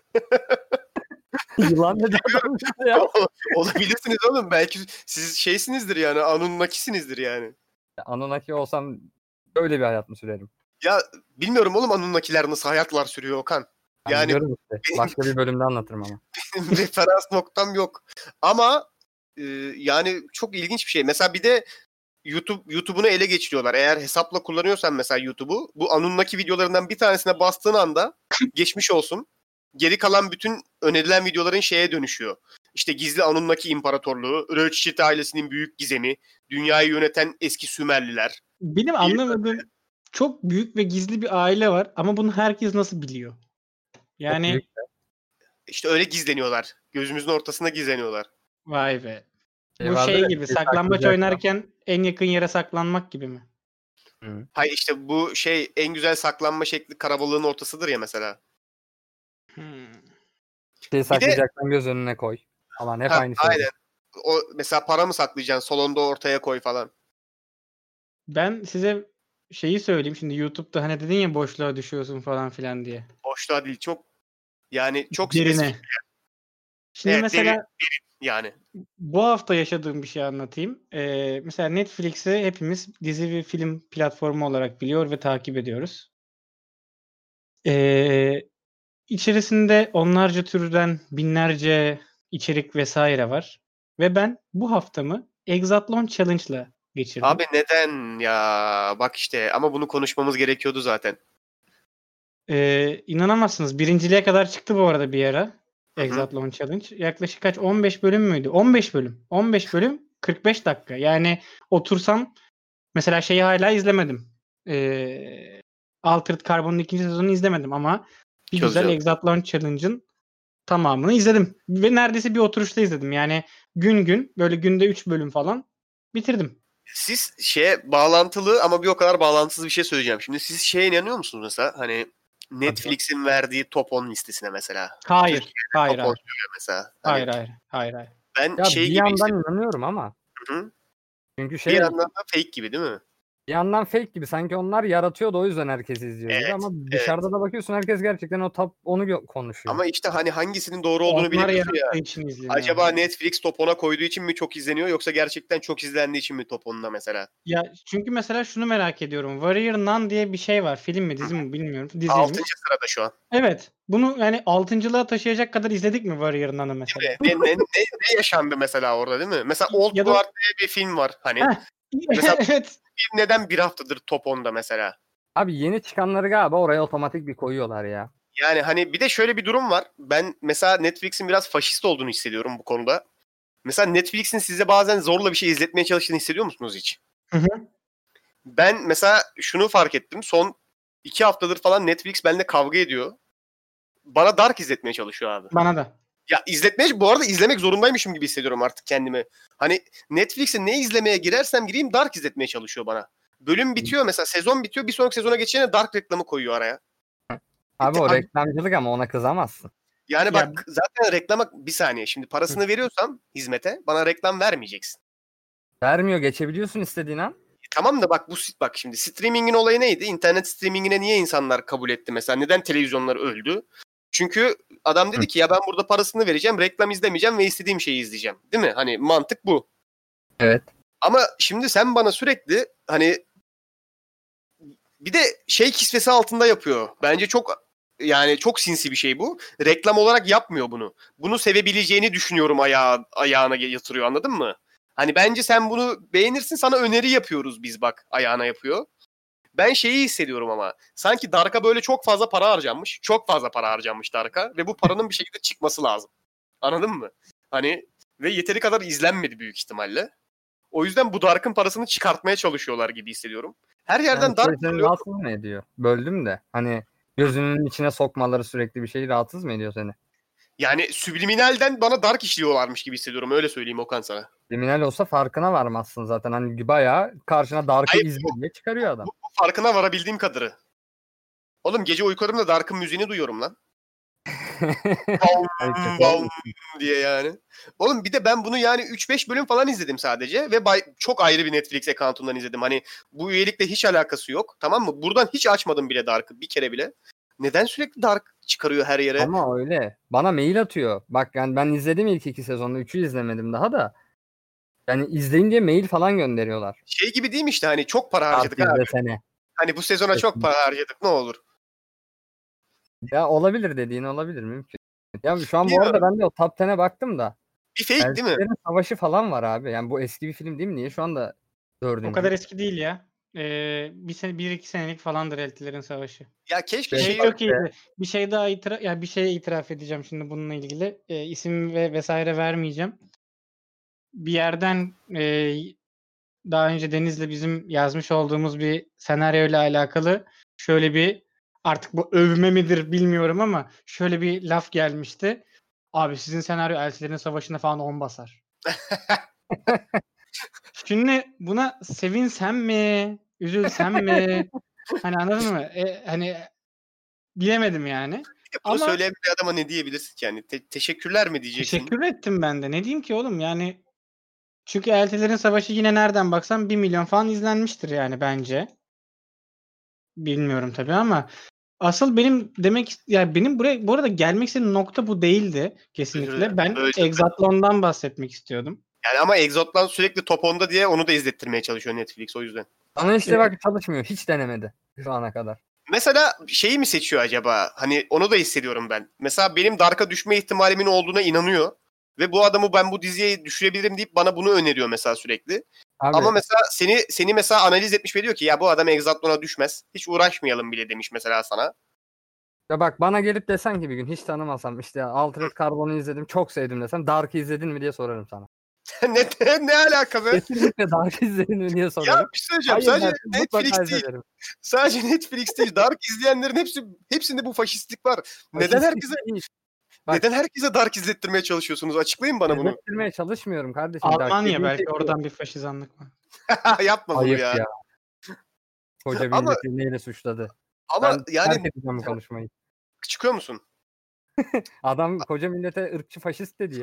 Yılan dedi adam bize ya. Olabilirsiniz oğlum. Belki siz şeysinizdir yani. Anunnakisinizdir yani. Anunnaki olsam böyle bir hayat mı sürerim? Ya bilmiyorum oğlum Anunnakiler nasıl hayatlar sürüyor Okan. Ben Yani biliyorum işte. Başka bir bölümde anlatırım ama. referans noktam yok. Ama yani çok ilginç bir şey. Mesela bir de YouTube'unu ele geçiriyorlar. Eğer hesapla kullanıyorsan mesela YouTube'u, bu Anunnaki videolarından bir tanesine bastığın anda geçmiş olsun. Geri kalan bütün önerilen videoların şeye dönüşüyor. İşte gizli Anunnaki İmparatorluğu, Röçşit ailesinin büyük gizemi, dünyayı yöneten eski Sümerliler. Benim anlamadığım çok büyük ve gizli bir aile var ama bunu herkes nasıl biliyor? Yani büyük. İşte öyle gizleniyorlar. Gözümüzün ortasında gizleniyorlar. vay be. Bu vardır şey ya, gibi bir saklambaç saklayacak oynarken en yakın yere saklanmak gibi mi? Hayır işte bu şey en güzel saklanma şekli karabalığın ortasıdır ya mesela. Şey saklayacaksan göz önüne koy. Falan hep aynı şey. Aynen. O mesela para mı saklayacaksın? Salonda ortaya koy falan. Ben size şeyi söyleyeyim şimdi YouTube'da hani dedin ya boşluğa düşüyorsun falan filan diye. Boşluğa değil çok yani çok Derine. spesifik Şimdi Evet, mesela yani. bu hafta yaşadığım bir şey anlatayım. Mesela Netflix'i hepimiz dizi ve film platformu olarak biliyor ve takip ediyoruz. İçerisinde onlarca türden binlerce içerik vesaire var. Ve ben bu haftamı Exatlon Challenge'la geçirdim. Abi neden ya? Bak işte ama bunu konuşmamız gerekiyordu zaten. İnanamazsınız. Birinciliğe kadar çıktı bu arada bir ara. Exatlon Challenge. Yaklaşık kaç? 15 bölüm müydü? 15 bölüm. 15 bölüm 45 dakika. Yani otursam mesela şeyi hala izlemedim. Altered Carbon'un 2. sezonunu izlemedim ama bir güzel Çözeceğim. Exatlon Challenge'ın tamamını izledim. Ve neredeyse bir oturuşta izledim. Yani gün böyle günde 3 bölüm falan bitirdim. Siz şeye bağlantılı ama bir o kadar bağlantısız bir şey söyleyeceğim. Şimdi siz şeye inanıyor musunuz mesela? Hani Netflix'in verdiği top 10 listesine mesela. Hayır. Türkiye'de Hayır. top 10 Hayır. diyor mesela. Hani Hayır. ben Ya şey bir gibi yandan hissediyorum. inanıyorum ama Hı? Çünkü Bir şey yandan da fake gibi değil mi? bir yandan fake gibi sanki onlar yaratıyordu o yüzden herkes izliyor gibi Evet, ama evet. dışarıda da bakıyorsun herkes gerçekten onu konuşuyor. Ama işte hani hangisinin doğru olduğunu Onlar bilemiyorsun ya. yarattığı için izleniyor. Acaba Netflix top 10'a koyduğu için mi çok izleniyor yoksa gerçekten çok izlendiği için mi top 10'da mesela? Ya çünkü mesela şunu merak ediyorum. Warrior Nun diye bir şey var. Film mi dizi mi bilmiyorum. Diziymiş. 6. sırada şu an. Evet. Bunu yani 6.'lığa taşıyacak kadar izledik mi Warrior Nun'ı mesela? Ne yaşandı mesela orada değil mi? Mesela Old Ya da Guard diye bir film var hani. Heh, Mesela evet. film neden bir haftadır top 10'da mesela? Abi yeni çıkanları galiba oraya otomatik bir koyuyorlar ya. Yani hani bir de şöyle bir durum var. Ben mesela Netflix'in biraz faşist olduğunu hissediyorum bu konuda. Mesela Netflix'in size bazen zorla bir şey izletmeye çalıştığını hissediyor musunuz hiç? Hı hı. Ben mesela şunu fark ettim. Son 2 haftadır falan Netflix benimle kavga ediyor. Bana Dark izletmeye çalışıyor abi. Bana da. Ya izletmeye, bu arada izlemek zorundaymışım gibi hissediyorum artık kendimi. Hani Netflix'e ne izlemeye girersem gireyim Dark izletmeye çalışıyor bana. Bölüm bitiyor mesela, sezon bitiyor, bir sonraki sezona geçene Dark reklamı koyuyor araya. Abi o Abi- reklamcılık ama ona kızamazsın. Yani Ya- bak zaten reklama bir saniye şimdi parasını veriyorsam hizmete bana reklam vermeyeceksin. Vermiyor geçebiliyorsun istediğin an. Tamam da bak şimdi streamingin olayı neydi? İnternet streamingine niye insanlar kabul etti mesela? Neden televizyonlar öldü? Çünkü adam dedi ki ya ben burada parasını vereceğim, reklam izlemeyeceğim ve istediğim şeyi izleyeceğim. Değil mi? Hani mantık bu. Evet. Ama şimdi sen bana sürekli hani bir de şey kisvesi altında yapıyor. Bence çok sinsi bir şey bu. Reklam olarak yapmıyor bunu. Bunu sevebileceğini düşünüyorum ayağına yatırıyor, anladın mı? Hani bence sen bunu beğenirsin, sana öneri yapıyoruz biz, bak ayağına yapıyor. Ben şeyi hissediyorum ama sanki Dark'a böyle çok fazla para harcanmış. Çok fazla para harcanmış Dark'a ve bu paranın bir şekilde çıkması lazım. Anladın mı? Hani ve yeteri kadar izlenmedi büyük ihtimalle. O yüzden bu Dark'ın parasını çıkartmaya çalışıyorlar gibi hissediyorum. Her yerden Yani Dark seni fırlıyor. rahatsız mı ediyor? Böldüm de. Hani gözünün içine sokmaları sürekli bir şey rahatsız mı ediyor seni? Yani subliminalden bana Dark işliyorlarmış gibi hissediyorum. Öyle söyleyeyim Okan sana. Kriminal olsa farkına varmazsın zaten. Hani bayağı karşına Dark'ı Hayır, izle diye çıkarıyor adam. bu farkına varabildiğim kadarı. Oğlum gece uykularımda Dark'ın müziğini duyuyorum lan. Ay, Bam kötü bam olmuş. diye yani. Oğlum bir de ben bunu yani 3-5 bölüm falan izledim sadece ve çok ayrı bir Netflix account'undan izledim. Hani bu üyelikle hiç alakası yok. Tamam mı? Buradan hiç açmadım bile Dark'ı bir kere bile. Neden sürekli Dark çıkarıyor her yere? Ama öyle. Bana mail atıyor. Bak yani ben izledim ilk 2 sezonu. 3'ü izlemedim daha da. Yani izleyince mail falan gönderiyorlar. Şey gibi değil mi işte, hani çok para Dark harcadık abi. izlesene. Hani bu sezona çok para harcadık, ne olur. Ya olabilir dediğin olabilir mümkün. Ya şu an bu Bilmiyorum. arada ben de o Top 10'e baktım da. Bir fake değil mi? Elçilerin Savaşı falan var abi. Yani bu eski bir film değil mi? Niye şu anda O dördüncü? kadar eski değil ya. Bir iki senelik falandır Eltilerin Savaşı. Ya keşke Şey Şey şey çok iyiydi. Bir şey daha bir şeye itiraf edeceğim şimdi bununla ilgili. İsim ve vesaire vermeyeceğim. Bir yerden daha önce Deniz'le bizim yazmış olduğumuz bir senaryoyla alakalı şöyle bir, artık bu övme midir bilmiyorum ama şöyle bir laf gelmişti. Abi sizin senaryo Eltilerin Savaşı'na falan 10 basar. Şimdi buna sevinsem mi? Üzülsem mi? Hani anladın mı? Hani bilemedim yani. bunu Ama söyleyen bir adama ne diyebilirsin ki yani? Teşekkürler mi diyeceksin? teşekkür ettim ben de. Ne diyeyim ki oğlum yani. Çünkü Eltilerin Savaşı yine nereden baksan 1 milyon falan izlenmiştir yani bence. Bilmiyorum tabii ama asıl benim yani benim buraya bu arada gelmek istediğim nokta bu değildi Özür kesinlikle. dilerim. Ben Öldüm. Exatlon'dan bahsetmek istiyordum. Yani ama Exot'tan sürekli top 10'da diye onu da izlettirmeye çalışıyor Netflix, o yüzden. Ama işte bak çalışmıyor. Hiç denemedi şu ana kadar. Mesela şeyi mi seçiyor acaba? Hani onu da hissediyorum ben. Mesela benim Dark'a düşme ihtimalimin olduğuna inanıyor. Ve bu adamı ben bu diziye düşürebilirim deyip bana bunu öneriyor mesela sürekli. Abi Ama mesela seni mesela analiz etmiş ve diyor ki ya bu adam Exatlon'a düşmez. Hiç uğraşmayalım bile demiş mesela sana. ya bak bana gelip desen ki bir gün hiç tanımasam işte Altered Carbon'u izledim çok sevdim desem Dark'ı izledin mi diye sorarım sana. ne alaka be? Kesinlikle Dark izledin mi diye sorarım. Ya bir şey söyleyeceğim. Hayır Sadece dersin, mutlaka Netflix değil. izlerim. Sadece Netflix değil. Dark izleyenlerin hepsinde bu faşistlik var. Neden Faşistlik herkese değil. Bak- neden herkese Dark izlettirmeye çalışıyorsunuz? Açıklayın bana bunu. İzlettirmeye çalışmıyorum kardeşim. Dark Almanya dediğin belki şey bu. oradan bir faşizanlık var. Yapma bunu Ayıp ya. ya. Koca Ama milleti neyle suçladı? ama Ben yani terk edeceğim bu konuşmayı. çıkıyor musun? Adam koca millete ırkçı faşist dedi ya.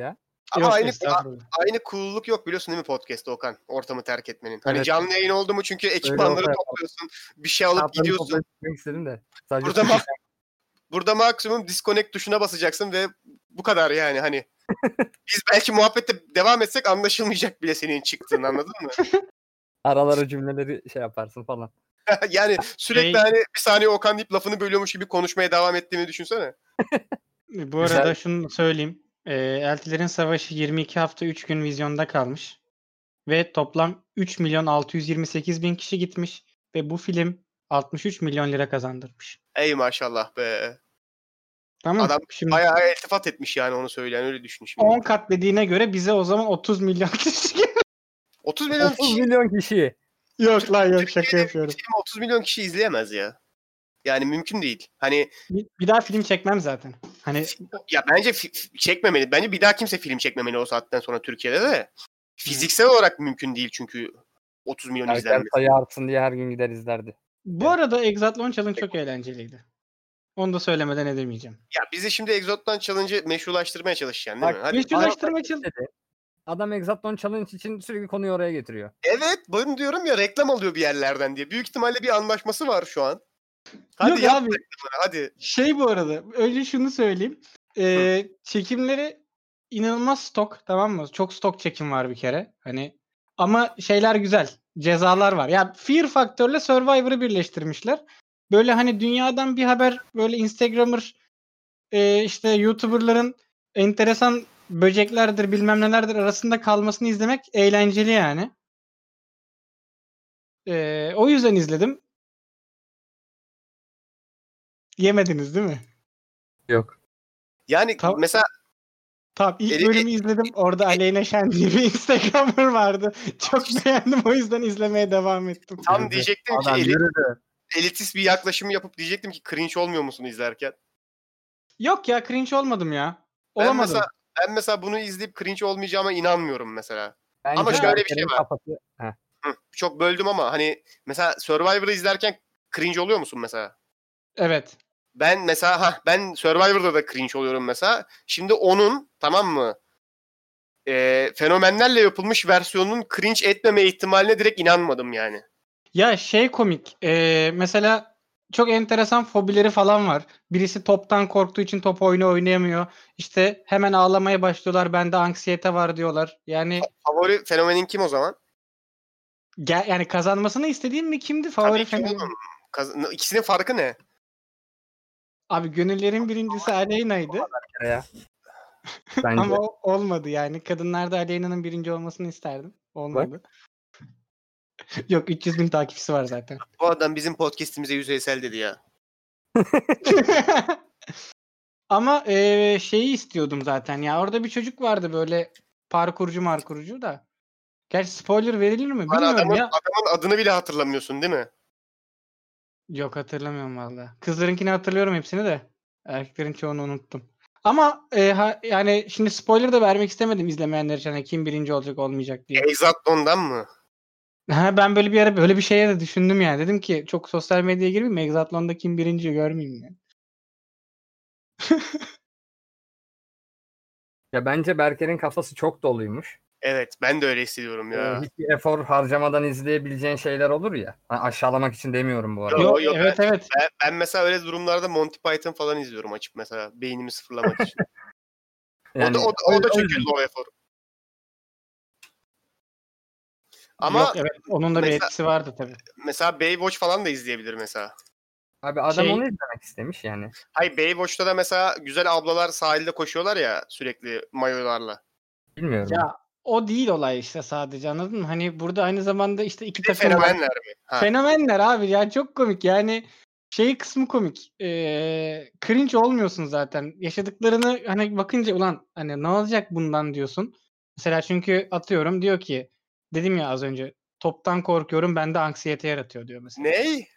Ama Yok, aynı estağfurullah. aynı cool'luk yok biliyorsun değil mi podcast'te Okan? Ortamı terk etmenin. Hani Evet. canlı yayın oldu mu çünkü ekipmanları olsa topluyorsun. Bir şey alıp Kağıtlarını gidiyorsun. toplayıp gitmek istedim de. Sadece Burada su- Burada maksimum disconnect tuşuna basacaksın ve bu kadar yani hani. Biz belki muhabbette devam etsek anlaşılmayacak bile senin çıktığın, anladın mı? aralara cümleleri şey yaparsın falan. Yani sürekli hani bir saniye Okan deyip lafını bölüyormuş gibi konuşmaya devam ettiğimi düşünsene. Bu Güzel. arada şunu söyleyeyim. Eltilerin Savaşı 22 hafta 3 gün vizyonda kalmış. Ve toplam 3.628.000 kişi gitmiş. Ve bu film 63 milyon lira kazandırmış. Ey maşallah be. Tamam. Adam Şimdi bayağı iltifat etmiş yani onu söyleyen, öyle düşün şimdi. 10 kat dediğine göre bize o zaman 30 milyon kişi. 30 milyon 30 kişi, milyon kişi. Yok lan yok, şaka yapıyorum. film 30 milyon kişi izleyemez ya. Yani mümkün değil. Hani Bir daha film çekmem zaten. Hani ya bence çekmemeli. Bence bir daha kimse film çekmemeli o saatten sonra Türkiye'de de. Fiziksel olarak mümkün değil çünkü 30 milyon Herkes izlenmesi. sayı artsın diye her gün gider izlerdi. bu arada Exatlon Challenge çok eğlenceliydi. Onu da söylemeden edemeyeceğim. Ya bizi şimdi Exot'tan challenge'ı meşrulaştırmaya çalışacaksın değil mi? Hadi. Meşrulaştırma için Adam Exatlon Challenge için sürekli konuyu oraya getiriyor. Evet, ben diyorum ya reklam alıyor bir yerlerden diye. Büyük ihtimalle bir anlaşması var şu an. Hadi Yok yap abi. reklamını, hadi. Bu arada önce şunu söyleyeyim. Çekimleri inanılmaz stok, tamam mı? Çok stok çekim var bir kere. Hani ama şeyler güzel. Cezalar var. Ya Fear Factor'la Survivor'ı birleştirmişler. Böyle hani dünyadan bir haber, böyle Instagramer işte YouTuber'ların enteresan böceklerdir bilmem nelerdir arasında kalmasını izlemek eğlenceli yani. O yüzden izledim. Yemediniz değil mi? Yok. Yani Tamam. mesela Tamam, ilk Eli- bölümü izledim. Orada Aleyna Şen diye bir Instagramer vardı. Çok beğendim, o yüzden izlemeye devam ettim. tam Yürüdü. diyecektim ki Adam yürüdü. elitist bir yaklaşım yapıp diyecektim ki cringe olmuyor musun izlerken? Yok ya, cringe olmadım ya. Ben Olamadım. mesela bunu izleyip cringe olmayacağıma inanmıyorum mesela. Bence Ama şöyle bir şey Berker'in var. kafası... Heh. Çok böldüm ama hani mesela Survivor'ı izlerken cringe oluyor musun mesela? Evet. Ben mesela ben Survivor'da da cringe oluyorum mesela. Şimdi onun, tamam mı? Fenomenlerle yapılmış versiyonunun cringe etmeme ihtimaline direkt inanmadım yani. Ya komik. Mesela çok enteresan fobileri falan var. Birisi toptan korktuğu için top oyunu oynayamıyor. İşte hemen ağlamaya başlıyorlar. Bende anksiyete var diyorlar. Yani Favori fenomenin kim o zaman? yani kazanmasını istediğin mi kimdi Tabii favori ki fenomen? oğlum. İkisinin farkı ne? Abi gönüllerin birincisi Aleyna'ydı. Berker'e ya. Bence. Ama olmadı yani. Kadınlarda Aleyna'nın birinci olmasını isterdim. Olmadı. Yok, 300.000 takipçisi var zaten. Bu adam bizim podcast'imize yüzeysel dedi ya. Ama şeyi istiyordum zaten ya. Orada bir çocuk vardı böyle parkurcu da. Gerçi spoiler verilir mi? Lan Bilmiyorum ya. adamın adını bile hatırlamıyorsun değil mi? Yok, hatırlamıyorum valla. Kızlarınkini hatırlıyorum hepsini de. Erkeklerin çoğunu unuttum. Ama yani şimdi spoiler da vermek istemedim izlemeyenler için. Hani kim birinci olacak olmayacak diye. Exatlon'dan mı? Ben böyle bir ara böyle bir şeye de düşündüm yani. Dedim ki çok sosyal medyaya girmeyeyim. Exatlon'da kim birinci görmeyeyim yani. Ya bence Berker'in kafası çok doluymuş. Evet, ben de öyle hissediyorum ya. Hiçbir efor harcamadan izleyebileceğin şeyler olur ya. Aşağılamak için demiyorum bu arada. Yok, Evet. Ben mesela öyle durumlarda Monty Python falan izliyorum açıp mesela beynimi sıfırlamak için. Yani, o da çünkü low effort. Ama Yok, evet, onun da bir mesela- etkisi vardı tabii. mesela Baywatch falan da izleyebilir mesela. Abi adam Şey- onu izlemek istemiş yani. Hayır, Baywatch'ta da mesela güzel ablalar sahilde koşuyorlar ya sürekli mayolarla. Bilmiyorum. Ya o değil olay işte, sadece anladın mı? Hani burada aynı zamanda işte iki Bir de takım var. fenomenler mi? Ha. Fenomenler abi ya, çok komik yani, kısmı komik. Cringe olmuyorsun zaten. Yaşadıklarını hani bakınca ulan hani ne olacak bundan diyorsun. Mesela çünkü atıyorum diyor ki, dedim ya az önce, toptan korkuyorum, bende anksiyete yaratıyor diyor mesela. Ney?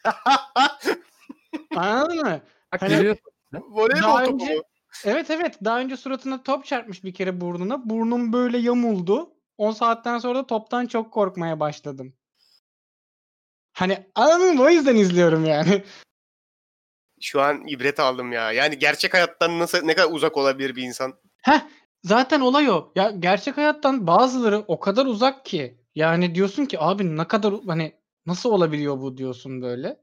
Anladın mı? Bak Hani görüyorsun. Voleybol daha topu önce mu? evet daha önce suratına top çarpmış bir kere burnuna. Burnum böyle yamuldu. 10 saatten sonra da toptan çok korkmaya başladım. Hani anladın mı? O yüzden izliyorum yani. Şu an ibret aldım ya. Yani gerçek hayattan ne kadar uzak olabilir bir insan? Zaten olay o. Ya gerçek hayattan bazıları o kadar uzak ki. Yani diyorsun ki abi ne kadar hani nasıl olabiliyor bu diyorsun böyle.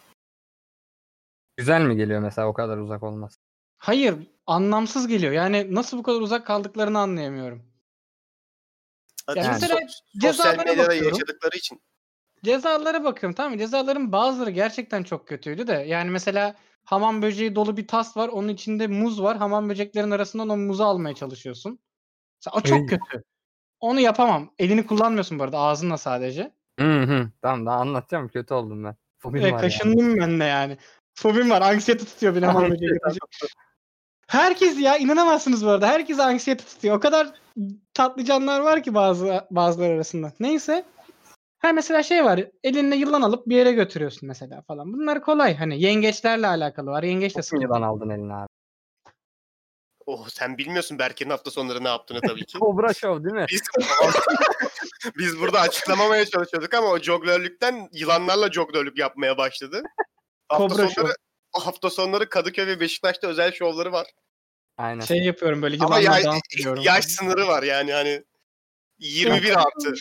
Güzel mi geliyor mesela o kadar uzak olması? Hayır, anlamsız geliyor. Yani nasıl bu kadar uzak kaldıklarını anlayamıyorum. Ya Açık Yani. mesela sosyal cezalara medyada bakıyorum. yaşadıkları için. Cezalara bakıyorum, tamam mı? Cezaların bazıları gerçekten çok kötüydü de. Yani mesela hamam böceği dolu bir tas var. Onun içinde muz var. Hamam böceklerin arasından o muzu almaya çalışıyorsun. Mesela o çok Iy. kötü. Onu yapamam. Elini kullanmıyorsun bu arada, ağzınla sadece. Hı. Tamam, daha anlatacağım, kötü oldum ben. Fobim var yani. Kaşındım ben de yani. Fobim var. Anksiyete tutuyor beni hamam böceği görünce. Herkes ya, inanamazsınız bu arada. Herkes anksiyete tutuyor. O kadar tatlı canlılar var ki bazıları arasında. Neyse. Ha mesela şey var. Elinle yılan alıp bir yere götürüyorsun mesela falan. Bunlar kolay. Hani yengeçlerle alakalı var. Yengeç de Çok mu sıkıntı. yılan aldın eline abi? Oh, sen bilmiyorsun Berke'nin hafta sonları ne yaptığını tabii ki. Kobra Show değil mi? Biz, biz burada açıklamamaya çalışıyorduk ama o joglörlükten yılanlarla joglörlük yapmaya başladı. Kobra Show. Hafta sonları Kadıköy ve Beşiktaş'ta özel şovları var. Aynen. Şey yapıyorum böyle, Ama yılanla dans ediyorum. yaş sınırı var yani hani 21 artı.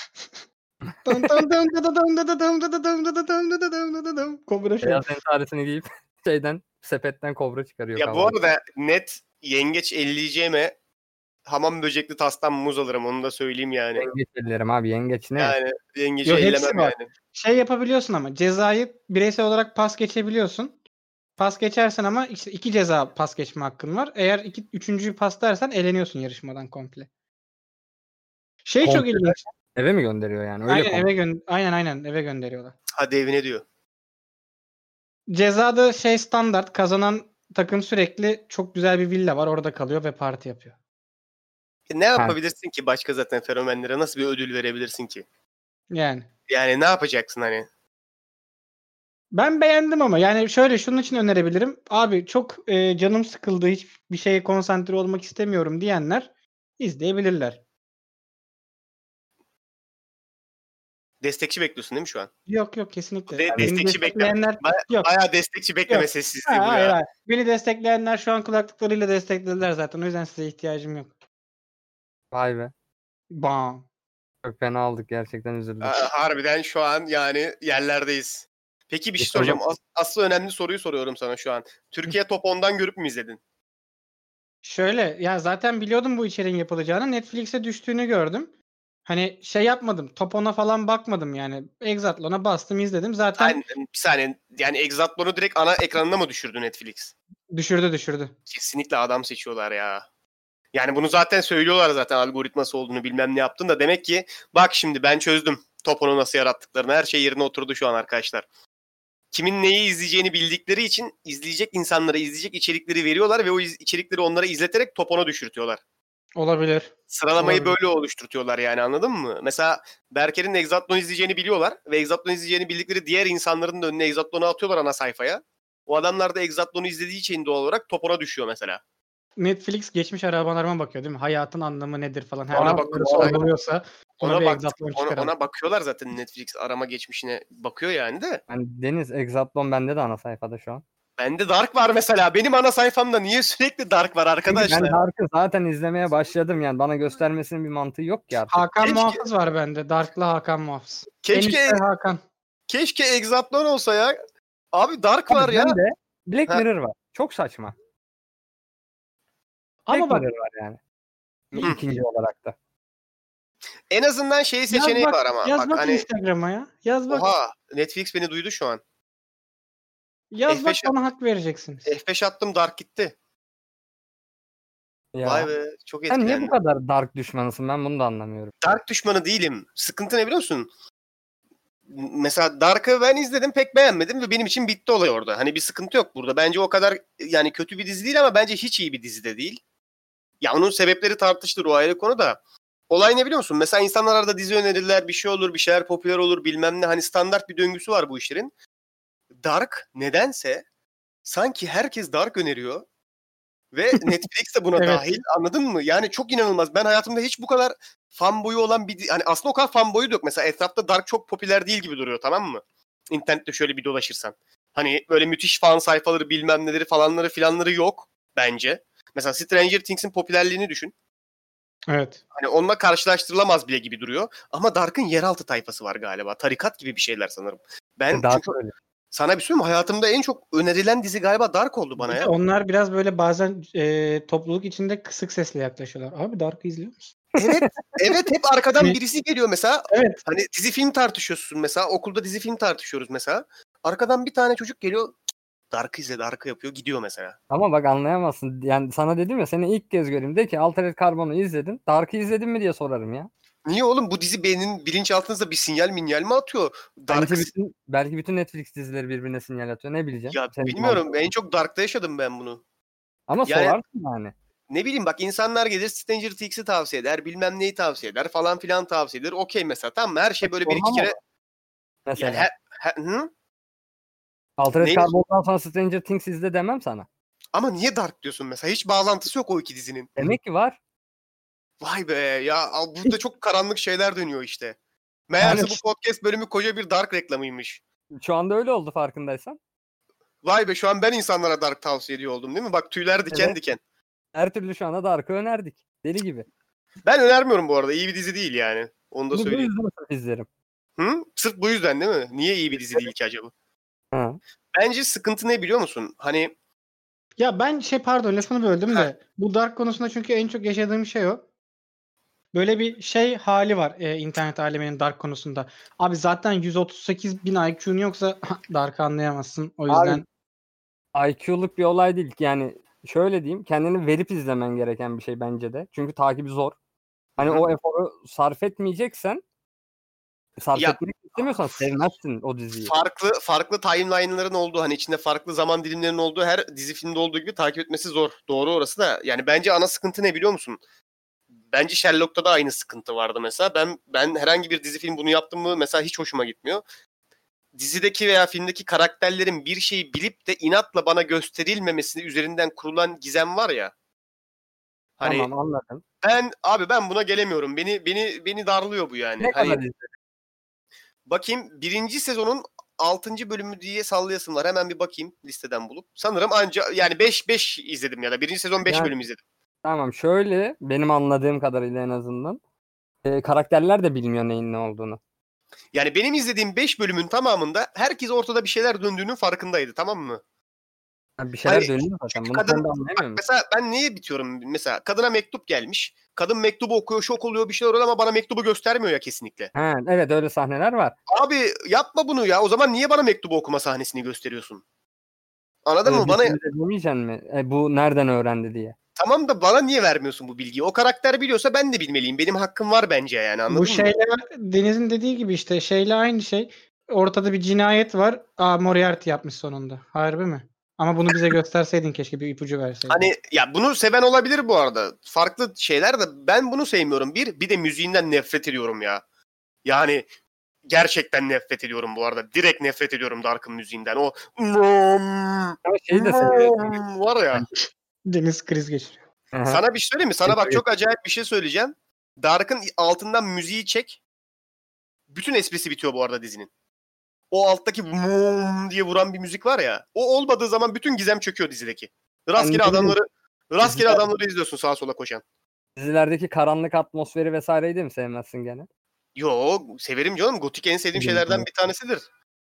Kobra Show. Beyaz entaresini giyip sepetten kobra çıkarıyor Ya bu kavga. arada net yengeç elleyeceğime hamam böcekli tastan muz alırım, onu da söyleyeyim yani. Yengeç ellerim abi, yengeç ne? Yani yengeci Yo, hepsi ellemem var. yani. Şey yapabiliyorsun ama cezayı bireysel olarak pas geçebiliyorsun. Pas geçersen ama işte 2 ceza pas geçme hakkın var. Eğer üçüncüyü pas dersen eleniyorsun yarışmadan komple. Şey çok Komple ilginç. eve mi gönderiyor yani? Öyle Aynen komple. aynen eve gönderiyorlar. Hadi evine diyor. Cezada şey standart, kazanan takım sürekli çok güzel bir villa var, orada kalıyor ve parti yapıyor. Ne yapabilirsin ki başka zaten fenomenlere? Nasıl bir ödül verebilirsin ki? Yani. Yani ne yapacaksın hani? Ben beğendim ama yani şöyle, şunun için önerebilirim. Abi çok canım sıkıldı, hiçbir şeye konsantre olmak istemiyorum diyenler izleyebilirler. Destekçi bekliyorsun değil mi şu an? Yok kesinlikle. Beni Destekçi bekleme. destekleyenler yok. Bayağı destekçi bekleme Yok. sessizliği bu Hayır ya. hayır. Beni destekleyenler şu an kulaklıklarıyla desteklediler zaten. O yüzden size ihtiyacım yok. Vay be. Bam. Çok fena olduk, gerçekten üzüldüm. Harbiden şu an yani yerlerdeyiz. Peki bir şey Yıkıldım. soracağım. Asıl önemli soruyu soruyorum sana şu an. Türkiye Top 10'dan görüp mü izledin? Şöyle ya, zaten biliyordum bu içeriğin yapılacağını. Netflix'e düştüğünü gördüm. Hani şey yapmadım. Top 10'a falan bakmadım yani. Exatlon'a bastım, izledim. Zaten Bir saniye. Yani Exatlon'u direkt ana ekranına mı düşürdü Netflix? düşürdü. Kesinlikle adam seçiyorlar ya. Yani bunu zaten söylüyorlar, zaten algoritması olduğunu bilmem ne yaptın da, demek ki bak şimdi ben çözdüm Topo'nu nasıl yarattıklarını. Her şey yerine oturdu şu an arkadaşlar. Kimin neyi izleyeceğini bildikleri için izleyecek insanlara izleyecek içerikleri veriyorlar ve o içerikleri onlara izleterek Topo'na düşürtüyorlar. Olabilir. Sıralamayı Olabilir. böyle oluşturtuyorlar yani, anladın mı? Mesela Berker'in Exatlon izleyeceğini biliyorlar ve Exatlon izleyeceğini bildikleri diğer insanların da önüne Exatlon'u atıyorlar ana sayfaya. O adamlar da Exatlon'u izlediği için doğal olarak Topo'na düşüyor mesela. Netflix geçmiş arabalarıma bakıyor değil mi? Hayatın anlamı nedir falan. Her Ona ne bakıyor. sorguluyorsa buna bir Exatlon çıkaralım. Ona bakıyorlar zaten, Netflix arama geçmişine bakıyor yani de. Yani Deniz, Exatlon bende de ana sayfada şu an. Bende Dark var mesela. Benim ana sayfamda niye sürekli Dark var arkadaşlar? Ben Dark'ı zaten izlemeye başladım, yani bana göstermesinin bir mantığı yok ki artık. Hakan Keşke- Muhafız var bende. Dark'la Hakan Muhafız. Keşke Enişte Hakan. keşke Exatlon olsa ya. Abi Dark var ya. Bende Black Ha. Mirror var. Çok saçma. Ama Black bak, Mirror var yani. Hı. İkinci olarak da. En azından şey seçeneği var ama. Yaz Bak bak hani, Instagram'a ya. Yaz bak. oha, Netflix beni duydu şu an. Yaz bak, F5 bana hak vereceksiniz. F5 attım, Dark gitti. Ya. Vay be, çok Sen niye bu etkilendim. kadar Dark düşmanısın? Ben bunu da anlamıyorum. Dark düşmanı değilim. Sıkıntı ne biliyor musun? Mesela Dark'ı ben izledim, pek beğenmedim ve benim için bitti olay orada. Hani bir sıkıntı yok burada. Bence o kadar yani kötü bir dizi değil ama bence hiç iyi bir dizi de değil. Ya onun sebepleri tartışılır, o ayrı konu da. Olay ne biliyor musun? Mesela insanlar arada dizi önerirler, bir şey olur, bir şeyler popüler olur bilmem ne. Hani standart bir döngüsü var bu işlerin. Dark nedense sanki herkes Dark öneriyor. Ve Netflix de buna Evet. dahil, anladın mı? Yani çok inanılmaz. Ben hayatımda hiç bu kadar fanboyu olan bir... Hani aslında o kadar fanboyu da yok. Mesela etrafta Dark çok popüler değil gibi duruyor, tamam mı? İnternette şöyle bir dolaşırsan. Hani böyle müthiş fan sayfaları bilmem neleri falanları filanları yok bence. Mesela Stranger Things'in popülerliğini düşün. Evet. Hani onunla karşılaştırılamaz bile gibi duruyor. Ama Dark'ın yeraltı tayfası var galiba. Tarikat gibi bir şeyler sanırım. Ben Daha çünkü öyle. sana bir söyleyeyim mi? Hayatımda en çok önerilen dizi galiba Dark oldu bana Bir de ya. onlar biraz böyle bazen topluluk içinde kısık sesle yaklaşıyorlar. Abi Dark'ı izliyor musun? Evet. Evet, hep arkadan Hani- birisi geliyor mesela. Evet. Hani dizi film tartışıyorsun mesela. Okulda dizi film tartışıyoruz mesela. Arkadan bir tane çocuk geliyor. Dark'ı izle, Dark'ı yapıyor. Gidiyor mesela. Ama bak anlayamazsın. Yani sana dedim ya seni ilk kez göreyim. De ki Altered Carbon'u izledin. Dark'ı izledin mi diye sorarım ya. Niye oğlum? Bu dizi beynin bilinçaltınızda bir sinyal mi atıyor? Belki Dark. bütün Netflix dizileri birbirine sinyal atıyor. Ne bileceğim. Ya Senin bilmiyorum. mantığın. En çok Dark'ta yaşadım ben bunu. Ama Yani sorarsın yani. ne bileyim bak, insanlar gelir Stranger Things'i tavsiye eder, bilmem neyi tavsiye eder falan filan tavsiye eder. Okey mesela, tamam mı? Her şey böyle bir iki Sormam kere ama ya mesela. hı? Altered Ne? Carbon'dan sonra Stranger Things izle demem sana. Ama niye Dark diyorsun mesela? Hiç bağlantısı yok o iki dizinin. Demek ki var. Vay be ya, burada çok karanlık şeyler dönüyor işte. Yani Meğerse bu podcast bölümü koca bir Dark reklamıymış. şu anda öyle oldu farkındaysan. Vay be, şu an ben insanlara Dark tavsiye ediyor oldum değil mi? Bak, tüyler diken Evet. diken. Her türlü şu anda Dark'ı önerdik. Deli gibi. Ben önermiyorum bu arada. İyi bir dizi değil yani. Onu da Bu söyleyeyim. yüzden izlerim. Hı? Sırf bu yüzden değil mi? Niye iyi bir dizi değil ki acaba? Ha. Bence sıkıntı ne biliyor musun? Hani Ya ben pardon lafını böldüm Heh. de bu Dark konusunda çünkü en çok yaşadığım şey o. Böyle bir hali var internet aleminin Dark konusunda. Abi zaten 138 bin IQ'un yoksa Dark'ı anlayamazsın. O Abi yüzden IQ'luk bir olay değil. Yani şöyle diyeyim. Kendini verip izlemen gereken bir şey bence de. Çünkü takibi zor. Hani Hı. o eforu sarf etmeyeceksen sarf Ya etmek istemiyorsan sevmezsin o diziyi. farklı timeline'ların olduğu, hani içinde farklı zaman dilimlerinin olduğu her dizi filmde olduğu gibi takip etmesi zor. Doğru, orası da. Yani bence ana sıkıntı ne biliyor musun? Bence Sherlock'ta da aynı sıkıntı vardı mesela. Ben herhangi bir dizi film bunu yaptım mı mesela hiç hoşuma gitmiyor. Dizideki veya filmdeki karakterlerin bir şeyi bilip de inatla bana gösterilmemesi üzerinden kurulan gizem var ya. Hani Tamam anladım. ben buna gelemiyorum. Beni darlıyor bu yani. Ne Hani kadar izledin? bakayım, birinci sezonun 6. bölümü diye sallayasım var. Hemen bir bakayım listeden bulup. Sanırım anca yani 5 izledim ya da birinci sezon 5 Yani bölüm izledim. tamam şöyle benim anladığım kadarıyla en azından karakterler de bilmiyor neyin ne olduğunu. Yani benim izlediğim 5 bölümün tamamında herkes ortada bir şeyler döndüğünün farkındaydı, tamam mı? Yani bir şeyler Hani dönüyor zaten. çünkü Bunu kadın, sen de bak anlayamıyor musun? mesela ben niye bitiyorum? Mesela kadına mektup gelmiş. Kadın mektubu okuyor, şok oluyor, bir şeyler oluyor ama bana mektubu göstermiyor ya kesinlikle. Ha, evet öyle sahneler var. Abi yapma bunu ya. O zaman niye bana mektubu okuma sahnesini gösteriyorsun? Anladın mı? Bir Bana şey de demeyeceksin mi? Bu nereden öğrendi diye. tamam da bana niye vermiyorsun bu bilgiyi? O karakter biliyorsa ben de bilmeliyim. Benim hakkım var bence yani, bu anladın mı? Deniz'in dediği gibi işte aynı şey. Ortada bir cinayet var. Moriarty yapmış sonunda. Harbi mi? Ama bunu bize gösterseydin, keşke bir ipucu verseydin. Hani ya bunu seven olabilir bu arada. Farklı şeyler de ben bunu sevmiyorum. Bir de müziğinden nefret ediyorum ya. Yani gerçekten nefret ediyorum bu arada. Direkt nefret ediyorum Dark'ın müziğinden. O Ama şeyi de seviyorum. var ya. Deniz kriz geçiriyor. Aha. Sana bir şey söyleyeyim mi? Sana bak, çok acayip bir şey söyleyeceğim. Dark'ın altından müziği çek. Bütün esprisi bitiyor bu arada dizinin. O alttaki diye vuran bir müzik var ya. O olmadığı zaman bütün gizem çöküyor dizideki. Rastgele Ben ne bileyim, adamları izliyorsun sağa sola koşan. dizilerdeki karanlık atmosferi vesaireyi de mi sevmezsin gene? Yo, severim canım. Gotik en sevdiğim şeylerden bir tanesidir.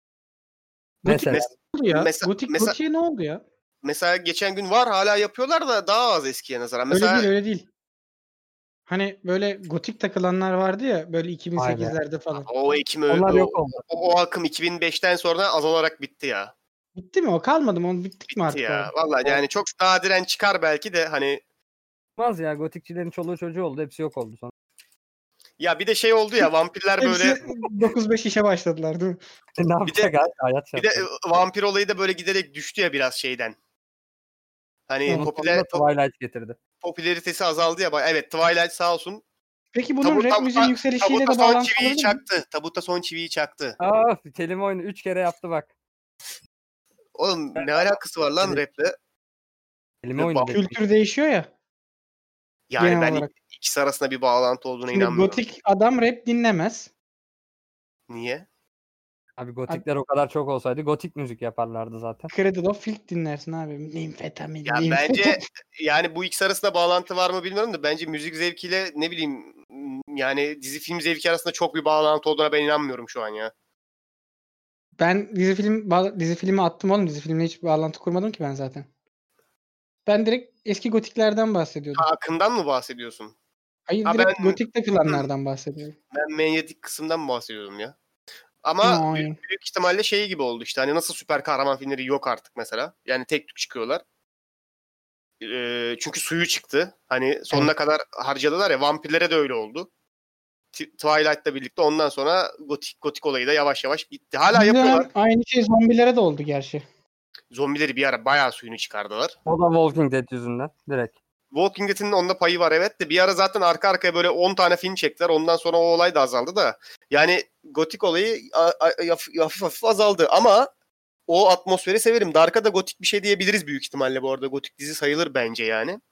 Gotik Mesela. ne oldu ya? Mesela, mesela, Gotik'e ne oldu ya? mesela geçen gün var, hala yapıyorlar da daha az eskiye nazaran. Öyle Mesela değil, öyle değil. Hani böyle gotik takılanlar vardı ya böyle Vay be. 2008'lerde falan. o ekim Onlar yok oldu. o akım 2005'ten sonra azalarak bitti ya. Bitti mi o? Kalmadı mı? Onu bittik mi Bitti artık ya. orada? Vallahi yani çok nadiren çıkar belki de, hani Olmaz ya gotikçilerin çoluğu çocuğu oldu. Hepsi yok oldu sonra. ya bir de şey oldu ya, vampirler Hepsi böyle 9-5 işe başladılar değil mi? Ne bir de yapacak abi? Hayat bir de şartları. vampir olayı da böyle giderek düştü ya biraz şeyden. Hani Onun sonunda Twilight getirdi. popülaritesi azaldı ya. Evet, Twilight sağ olsun. Peki bunun rap müziğin yükselişiyle Tabuta de son bağlantısı çiviyi olabilir mi? çaktı. Tabuta son çiviyi çaktı. Kelime oyunu 3 kere yaptı bak. Oğlum ne alakası var lan raple? Kelime oyunu dedi. Kültür değişiyor ya Yani genel ben olarak. ikisi arasında bir bağlantı olduğuna Şimdi inanmıyorum. gotik adam rap dinlemez. Niye? Abi gotikler o kadar çok olsaydı gotik müzik yaparlardı zaten. Cradle of Filth dinlersin abi. Nimfetamin. Ya bence yani bu ikisi arasında bağlantı var mı bilmiyorum da bence müzik zevkiyle ne bileyim yani dizi film zevki arasında çok bir bağlantı olduğuna ben inanmıyorum şu an ya. Ben dizi filmi attım oğlum. Dizi filmle hiç bağlantı kurmadım ki ben zaten. Ben direkt eski gotiklerden bahsediyordum. Akım'dan mı bahsediyorsun? Hayır, Ha, direkt ben gotik takılanlardan bahsediyorum. ben manyetik kısımdan bahsediyordum ya. Ama Hayır. büyük ihtimalle şey gibi oldu işte hani nasıl süper kahraman filmleri yok artık mesela. Yani tek tük çıkıyorlar. Çünkü suyu çıktı. Hani sonuna kadar harcadılar ya, vampirlere de öyle oldu. Twilight'la birlikte ondan sonra gotik olayı da yavaş yavaş bitti. Hala yapıyorlar. Aynı şey zombilere de oldu gerçi. Zombileri bir ara bayağı suyunu çıkardılar. O da Walking Dead yüzünden direkt. Walking Dead'in onda payı var evet de bir ara zaten arka arkaya böyle 10 tane film çektiler. Ondan sonra o olay da azaldı da. Yani gotik olayı hafif hafif azaldı ama o atmosferi severim. Dark'a da gotik bir şey diyebiliriz büyük ihtimalle bu arada. Gotik dizi sayılır bence yani.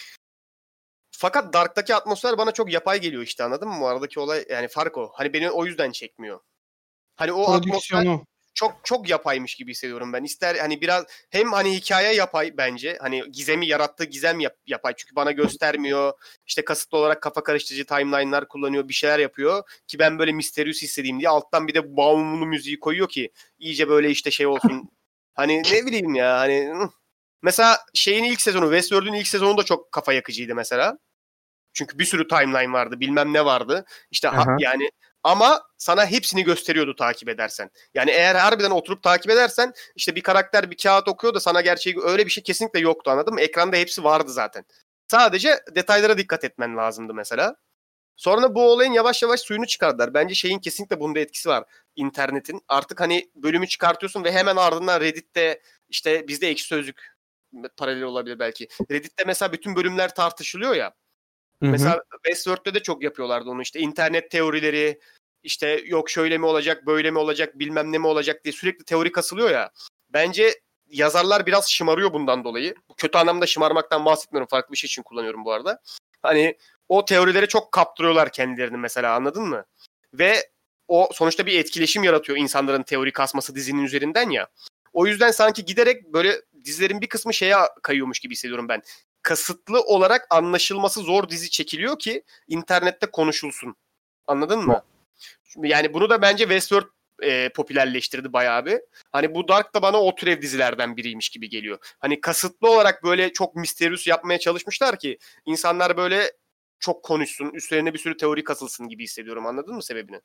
Fakat Dark'taki atmosfer bana çok yapay geliyor işte, anladın mı? Bu aradaki olay yani fark o. Hani beni o yüzden çekmiyor. Hani o atmosfer Prodüksiyonu. çok çok yapaymış gibi hissediyorum ben. İster hani biraz hem hani hikaye yapay bence. Hani gizemi yarattığı gizem yapay. Çünkü bana göstermiyor. İşte kasıtlı olarak kafa karıştırıcı timeline'lar kullanıyor. Bir şeyler yapıyor. Ki ben böyle misterius hissedeyim diye. Alttan bir de bağımlı müziği koyuyor ki iyice böyle işte şey olsun. Hani ne bileyim ya hani. Mesela şeyin ilk sezonu, Westworld'un ilk sezonu da çok kafa yakıcıydı mesela. Çünkü bir sürü timeline vardı, bilmem ne vardı. İşte yani ama sana hepsini gösteriyordu takip edersen. Yani eğer harbiden oturup takip edersen işte bir karakter bir kağıt okuyor da sana gerçeği, öyle bir şey kesinlikle yoktu, anladın mı? Ekranda hepsi vardı zaten. Sadece detaylara dikkat etmen lazımdı mesela. Sonra bu olayın yavaş yavaş suyunu çıkardılar. Bence şeyin kesinlikle bunda etkisi var. İnternetin. Artık hani bölümü çıkartıyorsun ve hemen ardından Reddit'te işte bizde Ekşi Sözlük paralel olabilir belki. Reddit'te mesela bütün bölümler tartışılıyor ya. Hı-hı. Mesela Westworld'de de çok yapıyorlardı onu, işte internet teorileri, işte yok şöyle mi olacak, böyle mi olacak, bilmem ne mi olacak diye sürekli teori kasılıyor ya. Bence yazarlar biraz şımarıyor bundan dolayı. Bu kötü anlamda şımarmaktan bahsetmiyorum. Farklı bir şey için kullanıyorum bu arada. Hani o teorilere çok kaptırıyorlar kendilerini mesela, anladın mı? Ve o sonuçta bir etkileşim yaratıyor insanların teori kasması dizinin üzerinden ya. O yüzden sanki giderek böyle dizilerin bir kısmı şeye kayıyormuş gibi hissediyorum ben. Kasıtlı olarak anlaşılması zor dizi çekiliyor ki internette konuşulsun. Anladın mı? Yani bunu da bence Westworld popülerleştirdi bayağı bir. Hani bu Dark da bana o türev dizilerden biriymiş gibi geliyor. Hani kasıtlı olarak böyle çok misterius yapmaya çalışmışlar ki insanlar böyle çok konuşsun, üstlerine bir sürü teori kasılsın gibi hissediyorum. Anladın mı sebebini?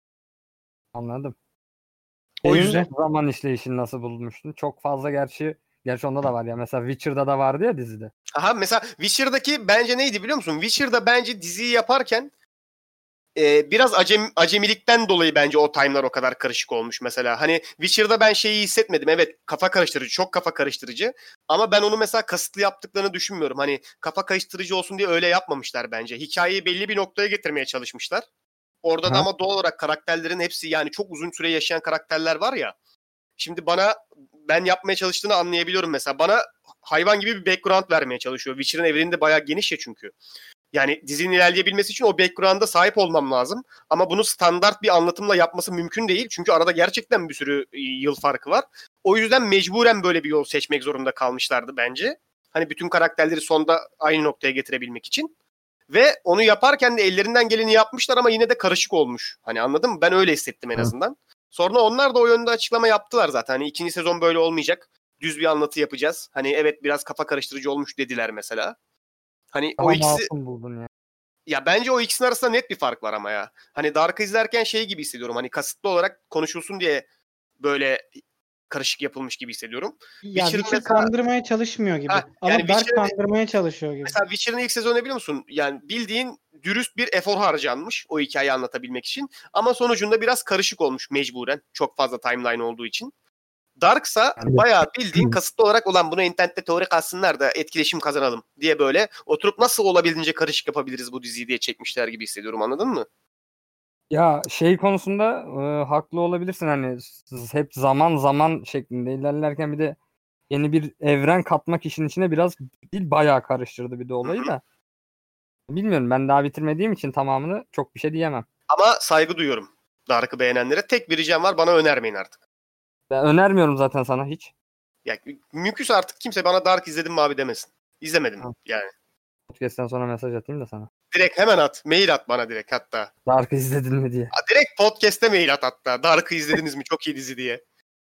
Anladım. O yüzden Zaman işleyişini nasıl bulmuştun? Çok fazla gerçi onda da var ya. Mesela Witcher'da da vardı ya dizide. Aha, mesela Witcher'daki bence neydi biliyor musun? Witcher'da bence diziyi yaparken biraz acemilikten dolayı bence o time'lar o kadar karışık olmuş mesela. Hani Witcher'da ben şeyi hissetmedim. Evet, kafa karıştırıcı, çok kafa karıştırıcı. Ama ben onu mesela kasıtlı yaptıklarını düşünmüyorum. Hani kafa karıştırıcı olsun diye öyle yapmamışlar bence. Hikayeyi belli bir noktaya getirmeye çalışmışlar. Orada da ama doğal olarak karakterlerin hepsi, yani çok uzun süre yaşayan karakterler var ya. Şimdi ben yapmaya çalıştığını anlayabiliyorum mesela. Bana hayvan gibi bir background vermeye çalışıyor. Witcher'ın evreni de bayağı geniş ya çünkü. Yani dizinin ilerleyebilmesi için o background'a sahip olmam lazım. Ama bunu standart bir anlatımla yapması mümkün değil. Çünkü arada gerçekten bir sürü yıl farkı var. O yüzden mecburen böyle bir yol seçmek zorunda kalmışlardı bence. Hani bütün karakterleri sonda aynı noktaya getirebilmek için. Ve onu yaparken de ellerinden geleni yapmışlar ama yine de karışık olmuş. Hani anladın mı? Ben öyle hissettim en azından. Sonra onlar da o yönde açıklama yaptılar zaten. Hani ikinci sezon böyle olmayacak. Düz bir anlatı yapacağız. Hani evet biraz kafa karıştırıcı olmuş dediler mesela. Hani Daha o ikisi, masum buldun ya. ya bence o ikisinin arasında net bir fark var ama ya. Hani Dark'ı izlerken şey gibi hissediyorum. Hani kasıtlı olarak konuşulsun diye böyle karışık yapılmış gibi hissediyorum. Ya Witcher mesela, kandırmaya çalışmıyor gibi. yani Ama Dark kandırmaya çalışıyor gibi. mesela Witcher'ın ilk sezonu ne biliyor musun? Yani bildiğin dürüst bir efor harcanmış o hikayeyi anlatabilmek için. Ama sonucunda biraz karışık olmuş mecburen. Çok fazla timeline olduğu için. Dark'sa bayağı bildiğin kasıtlı olarak olan buna internette teori kalsınlar da etkileşim kazanalım diye böyle oturup nasıl olabildiğince karışık yapabiliriz bu diziyi diye çekmişler gibi hissediyorum, anladın mı? Ya şey konusunda haklı olabilirsin, hani hep zaman şeklinde ilerlerken bir de yeni bir evren katmak işin içine biraz değil, bayağı karıştırdı bir de olayı da. Bilmiyorum, ben daha bitirmediğim için tamamını çok bir şey diyemem. Ama saygı duyuyorum. Dark'ı beğenenlere tek bir ricam var, bana önermeyin artık. Ben önermiyorum zaten sana hiç. Ya mümkünse artık kimse bana Dark izledin mi abi demesin. İzlemedim yani. Podcast'ten sonra mesaj atayım da sana. Direkt hemen at. Mail at bana direkt hatta. Dark'ı izledin mi diye. Direkt podcast'e mail at hatta. Dark'ı izlediniz mi? Çok iyi dizi diye.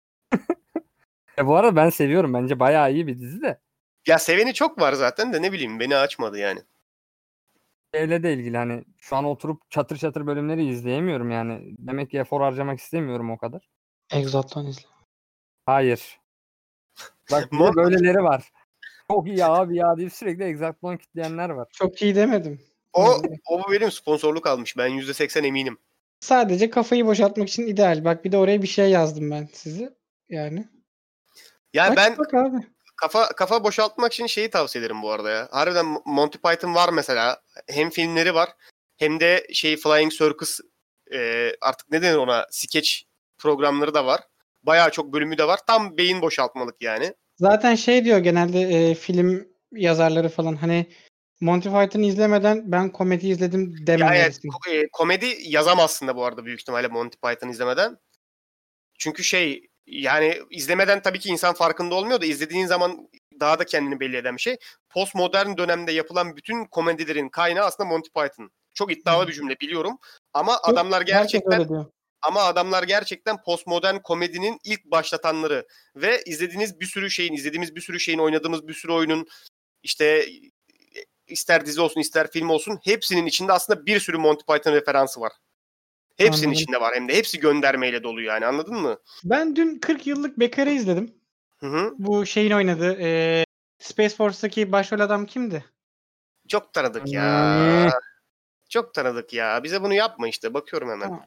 Bu arada ben seviyorum. Bence bayağı iyi bir dizi de. Ya seveni çok var zaten de ne bileyim beni açmadı yani. Şeyle de ilgili hani şu an oturup çatır çatır bölümleri izleyemiyorum yani. Demek ki efor harcamak istemiyorum o kadar. Exalt'tan izle. Hayır. Bak bir de böyleleri var. Çok iyi abi ya deyip sürekli Exatlon kitleyenler var. Çok iyi demedim. O benim sponsorluk almış. Ben %80 eminim. Sadece kafayı boşaltmak için ideal. Bak bir de oraya bir şey yazdım ben size. Yani. Yani ben Bak abi. kafa boşaltmak için şeyi tavsiye ederim bu arada ya. Harbiden Monty Python var mesela. Hem filmleri var hem de Flying Circus artık ne denir ona? Sketch programları da var. Bayağı çok bölümü de var. Tam beyin boşaltmalık yani. Zaten şey diyor genelde film yazarları falan hani Monty Python'ı izlemeden ben komedi izledim dememelisin. Komedi yazamazsın da bu arada büyük ihtimalle Monty Python izlemeden. Çünkü yani izlemeden tabii ki insan farkında olmuyor da izlediğin zaman daha da kendini belli eden bir şey. Postmodern dönemde yapılan bütün komedilerin kaynağı aslında Monty Python. Çok iddialı bir cümle biliyorum ama adamlar gerçekten postmodern komedinin ilk başlatanları ve izlediğimiz bir sürü şeyin oynadığımız bir sürü oyunun işte ister dizi olsun ister film olsun hepsinin içinde aslında bir sürü Monty Python referansı var. Hepsinin içinde var hem de. Hepsi göndermeyle dolu yani anladın mı? Ben dün 40 yıllık Bekar'ı izledim. Hı. Bu şeyin oynadığı Space Force'daki başrol adam kimdi? Çok tanıdık ya. Çok tanıdık ya. Bize bunu yapma işte. Bakıyorum hemen. Tamam.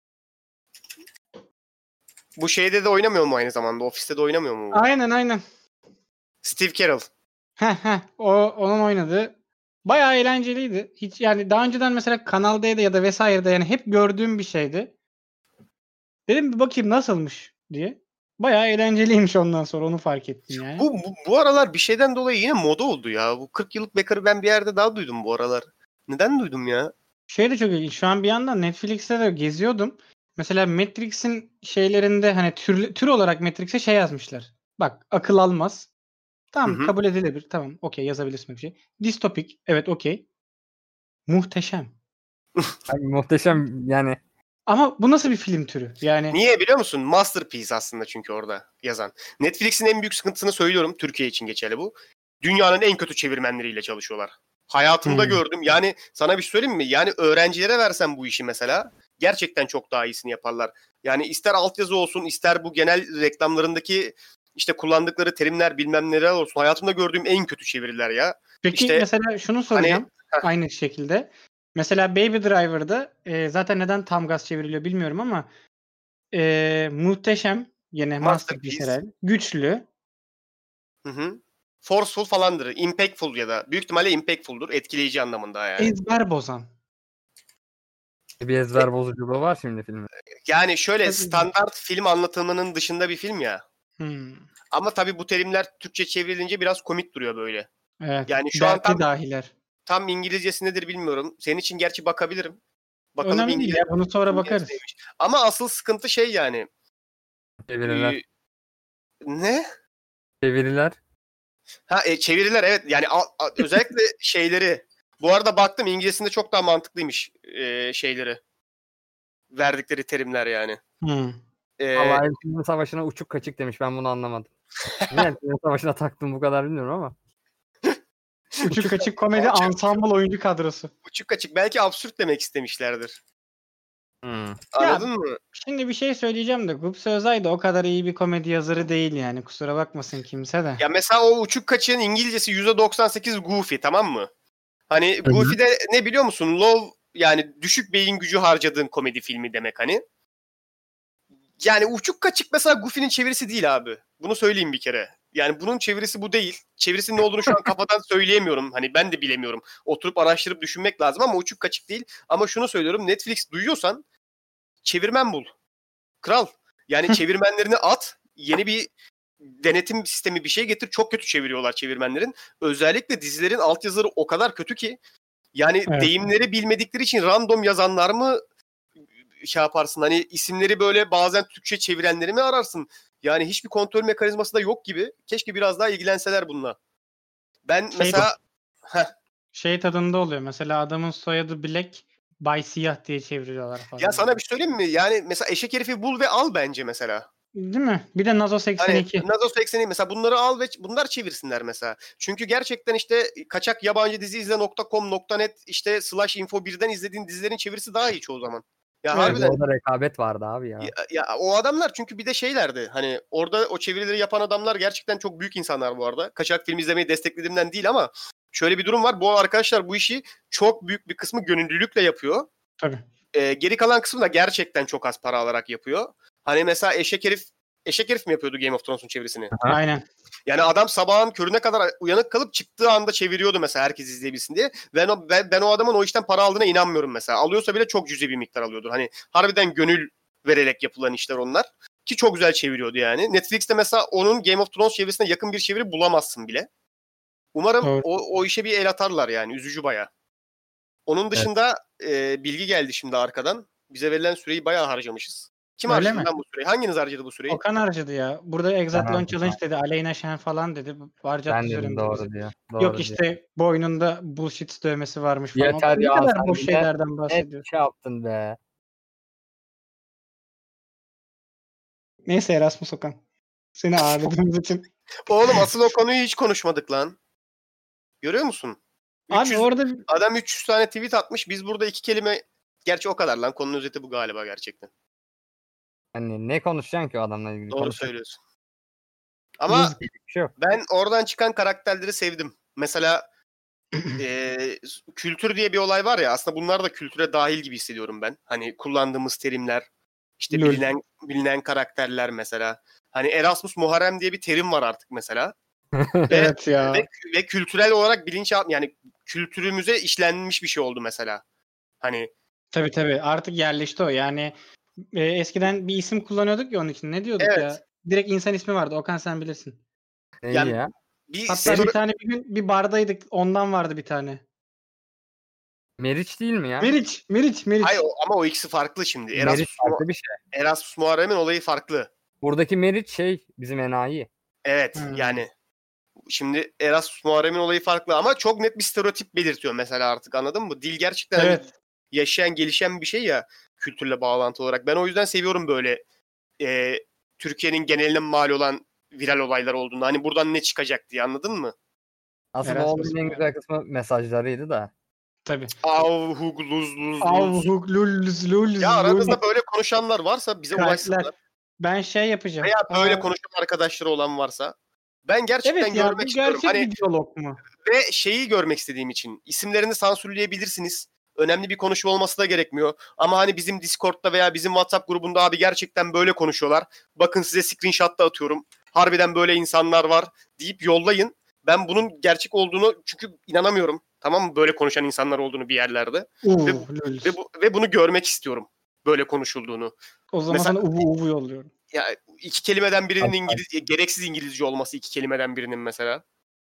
Bu şeyde de oynamıyor mu aynı zamanda? Ofiste de oynamıyor mu? Aynen. Steve Carell. Onun oynadığı. Bayağı eğlenceliydi. Hiç yani daha önceden mesela Kanal D'de ya da vesairede yani hep gördüğüm bir şeydi. Dedim bir bakayım nasılmış diye. Bayağı eğlenceliymiş ondan sonra onu fark ettim yani. Bu aralar bir şeyden dolayı yine moda oldu ya. Bu 40 yıllık Bekar'ı ben bir yerde daha duydum bu aralar. Neden duydum ya? Şey de çok ilginç. Şu an bir yandan Netflix'te de geziyordum. Mesela Matrix'in şeylerinde hani tür olarak Matrix'e şey yazmışlar. Bak akıl almaz. Tamam kabul edilebilir. Tamam okey yazabilirsin bir şey. Distopik. Evet okey. Muhteşem. Abi, muhteşem yani. Ama bu nasıl bir film türü? Yani Niye biliyor musun? Masterpiece aslında çünkü orada yazan. Netflix'in en büyük sıkıntısını söylüyorum. Türkiye için geçerli bu. Dünyanın en kötü çevirmenleriyle çalışıyorlar. Hayatımda gördüm. Yani sana bir şey söyleyeyim mi? Yani öğrencilere versen bu işi mesela gerçekten çok daha iyisini yaparlar. Yani ister altyazı olsun ister bu genel reklamlarındaki işte kullandıkları terimler bilmem neler olsun. Hayatımda gördüğüm en kötü çeviriler ya. peki İşte, mesela şunu soracağım. Aynı şekilde. Mesela Baby Driver'da zaten neden tam gaz çevriliyor bilmiyorum ama muhteşem yine masterpiece herhalde. Güçlü. Forceful falandır. Impactful ya da büyük ihtimalle impactful'dur. Etkileyici anlamında yani. Ezber bozan. Bir ezber bozuculuğu var şimdi filmin. Yani şöyle standart film anlatımının dışında bir film ya. Ama tabii bu terimler Türkçe çevrilince biraz komik duruyor böyle. Evet. Yani şu an dahiler. tam İngilizcesi nedir bilmiyorum. Senin için gerçi bakabilirim. Bakalım önemli değil ya. Bunu sonra bakarız. Neymiş. Ama asıl sıkıntı şey yani. Çeviriler. Ne? Çeviriler. Çeviriler evet. Yani özellikle şeyleri. Bu arada baktım İngilizcesinde çok daha mantıklıymış şeyleri. Verdikleri terimler yani. Allah Elçinin Savaşı'na uçuk kaçık demiş. Ben bunu anlamadım. Niye Elçinin Savaşı'na taktım bu kadar bilmiyorum ama. Uçuk kaçık komedi ensemble oyuncu kadrosu. Uçuk kaçık. Belki absürt demek istemişlerdir. Anladın mı? Şimdi bir şey söyleyeceğim de Gupse Özay da o kadar iyi bir komedi yazarı değil yani. Kusura bakmasın kimse de. Ya mesela o uçuk kaçığın İngilizcesi %98 goofy tamam mı? Hani goofy de ne biliyor musun? Low yani düşük beyin gücü harcadığın komedi filmi demek hani. Yani uçuk kaçık mesela Goofy'nin çevirisi değil abi. Bunu söyleyeyim bir kere. Yani bunun çevirisi bu değil. Çevirisinin ne olduğunu şu an kafadan söyleyemiyorum. Hani ben de bilemiyorum. Oturup araştırıp düşünmek lazım ama uçuk kaçık değil. Ama şunu söylüyorum. Netflix duyuyorsan çevirmen bul. Kral. Yani çevirmenlerini at. Yeni bir denetim sistemi bir şey getir. Çok kötü çeviriyorlar çevirmenlerin. Özellikle dizilerin altyazıları o kadar kötü ki yani deyimleri bilmedikleri için random yazanlar mı şey yaparsın. Hani isimleri böyle bazen Türkçe çevirenleri mi ararsın? Yani hiçbir kontrol mekanizması da yok gibi. Keşke biraz daha ilgilenseler bununla. Ben mesela Şey tadında oluyor. Mesela adamın soyadı Black, Bay Siyah diye çeviriyorlar falan. ya sana bir söyleyeyim mi? Yani mesela eşek herifi bul ve al bence mesela. Değil mi? Bir de Nazo Hani 82. Nazo 80'i mesela bunları al ve bunlar çevirsinler mesela. Çünkü gerçekten işte kaçak yabancı dizi izle.com.net işte /info 1'den izlediğin dizilerin çevirisi daha iyi çoğu zaman. Ya Evet. harbiden Orada rekabet vardı abi ya. ya o adamlar çünkü bir de şeylerdi. Hani orada o çevirileri yapan adamlar gerçekten çok büyük insanlar bu arada. Kaçak film izlemeyi desteklediğimden değil ama şöyle bir durum var. Bu arkadaşlar bu işi çok büyük bir kısmı gönüllülükle yapıyor. Tabii. Geri kalan kısmı da gerçekten çok az para alarak yapıyor. Hani mesela Eşek Herif mi yapıyordu Game of Thrones'un çevirisini? Aynen. Yani adam sabahın körüne kadar uyanık kalıp çıktığı anda çeviriyordu mesela herkes izleyebilsin diye. Ben o adamın o işten para aldığına inanmıyorum mesela. Alıyorsa bile çok cüzi bir miktar alıyordur. Hani harbiden gönül vererek yapılan işler onlar. Ki çok güzel çeviriyordu yani. Netflix'te mesela onun Game of Thrones çevirisine yakın bir çeviri bulamazsın bile. Umarım o işe bir el atarlar yani. Üzücü baya. Onun dışında bilgi geldi şimdi arkadan. Bize verilen süreyi bayağı harcamışız. Kim Öyle harcadı mi? lan bu süreyi? Hanginiz harcadı bu süreyi? Okan harcadı ya. Burada Exatlon harcadım Challenge dedi. Aleyna Şen falan dedi. Harcattı Ben dedim süremizi bize. doğru diyor. Yok Doğru diyor. işte boynunda bullshit dövmesi varmış falan. Yeter Ne ya, kadar sen boş bir de şeylerden net bahsediyor. şey yaptın be. Neyse Erasmus Okan. Seni ağırladığımız için. Oğlum asıl o konuyu hiç konuşmadık lan. Görüyor musun? Abi 300 orada adam 300 tane tweet atmış. Biz burada 2 kelime gerçi o kadar lan. Konunun özeti bu galiba gerçekten. Hani ne konuşacaksın ki o adamla ilgili? Doğru Konuşacak söylüyorsun. Ama bir şey yok. ben oradan çıkan karakterleri sevdim. Mesela kültür diye bir olay var ya, aslında bunlar da kültüre dahil gibi hissediyorum ben. Hani kullandığımız terimler, işte Lol. bilinen karakterler mesela. Hani Erasmus Muharrem diye bir terim var artık mesela. Evet ya. Ve kültürel olarak yani kültürümüze işlenmiş bir şey oldu mesela. Hani Tabii artık yerleşti o. Yani eskiden bir isim kullanıyorduk ya onun için. Ne diyorduk evet. ya? Direkt insan ismi vardı. Okan sen bilirsin. Neyi Yani ya? Hatta bir tane bir gün bir bardaydık. Ondan vardı bir tane. Meriç değil mi ya? Meriç. Hayır ama o ikisi farklı şimdi. Meriç farklı bir şey. Erasmus Muharrem'in olayı farklı. Buradaki Meriç bizim enayi. Evet yani şimdi Erasmus Muharrem'in olayı farklı ama çok net bir stereotip belirtiyor mesela artık, anladın mı? Dil gerçekten hani yaşayan, gelişen bir şey ya kültürle bağlantı olarak. Ben o yüzden seviyorum böyle Türkiye'nin geneline mal olan viral olaylar olduğunda. Hani buradan ne çıkacak diye, anladın mı? Aslında Erasmus onun en güzel kısmı mesajlarıydı da. Tabii. Avhug luz. Lul. Ya aranızda böyle konuşanlar varsa bize ulaşsınlar. Ben şey yapacağım. Veya böyle konuşan arkadaşları olan varsa. Ben gerçekten evet ya, görmek bu istiyorum. gerçek Hani bir diyalog mu? ve şeyi görmek istediğim için isimlerini sansürleyebilirsiniz. Önemli bir konuşma olması da gerekmiyor. Ama hani bizim Discord'da veya bizim WhatsApp grubunda abi gerçekten böyle konuşuyorlar. Bakın size screenshot da atıyorum. Harbiden böyle insanlar var deyip yollayın. Ben bunun gerçek olduğunu çünkü inanamıyorum. Tamam mı? Böyle konuşan insanlar olduğunu bir yerlerde. Ve bunu görmek istiyorum. Böyle konuşulduğunu. O zaman Mesela, sana uvu yolluyorum. Ya iki kelimeden birinin gereksiz İngilizce olması, iki kelimeden birinin mesela.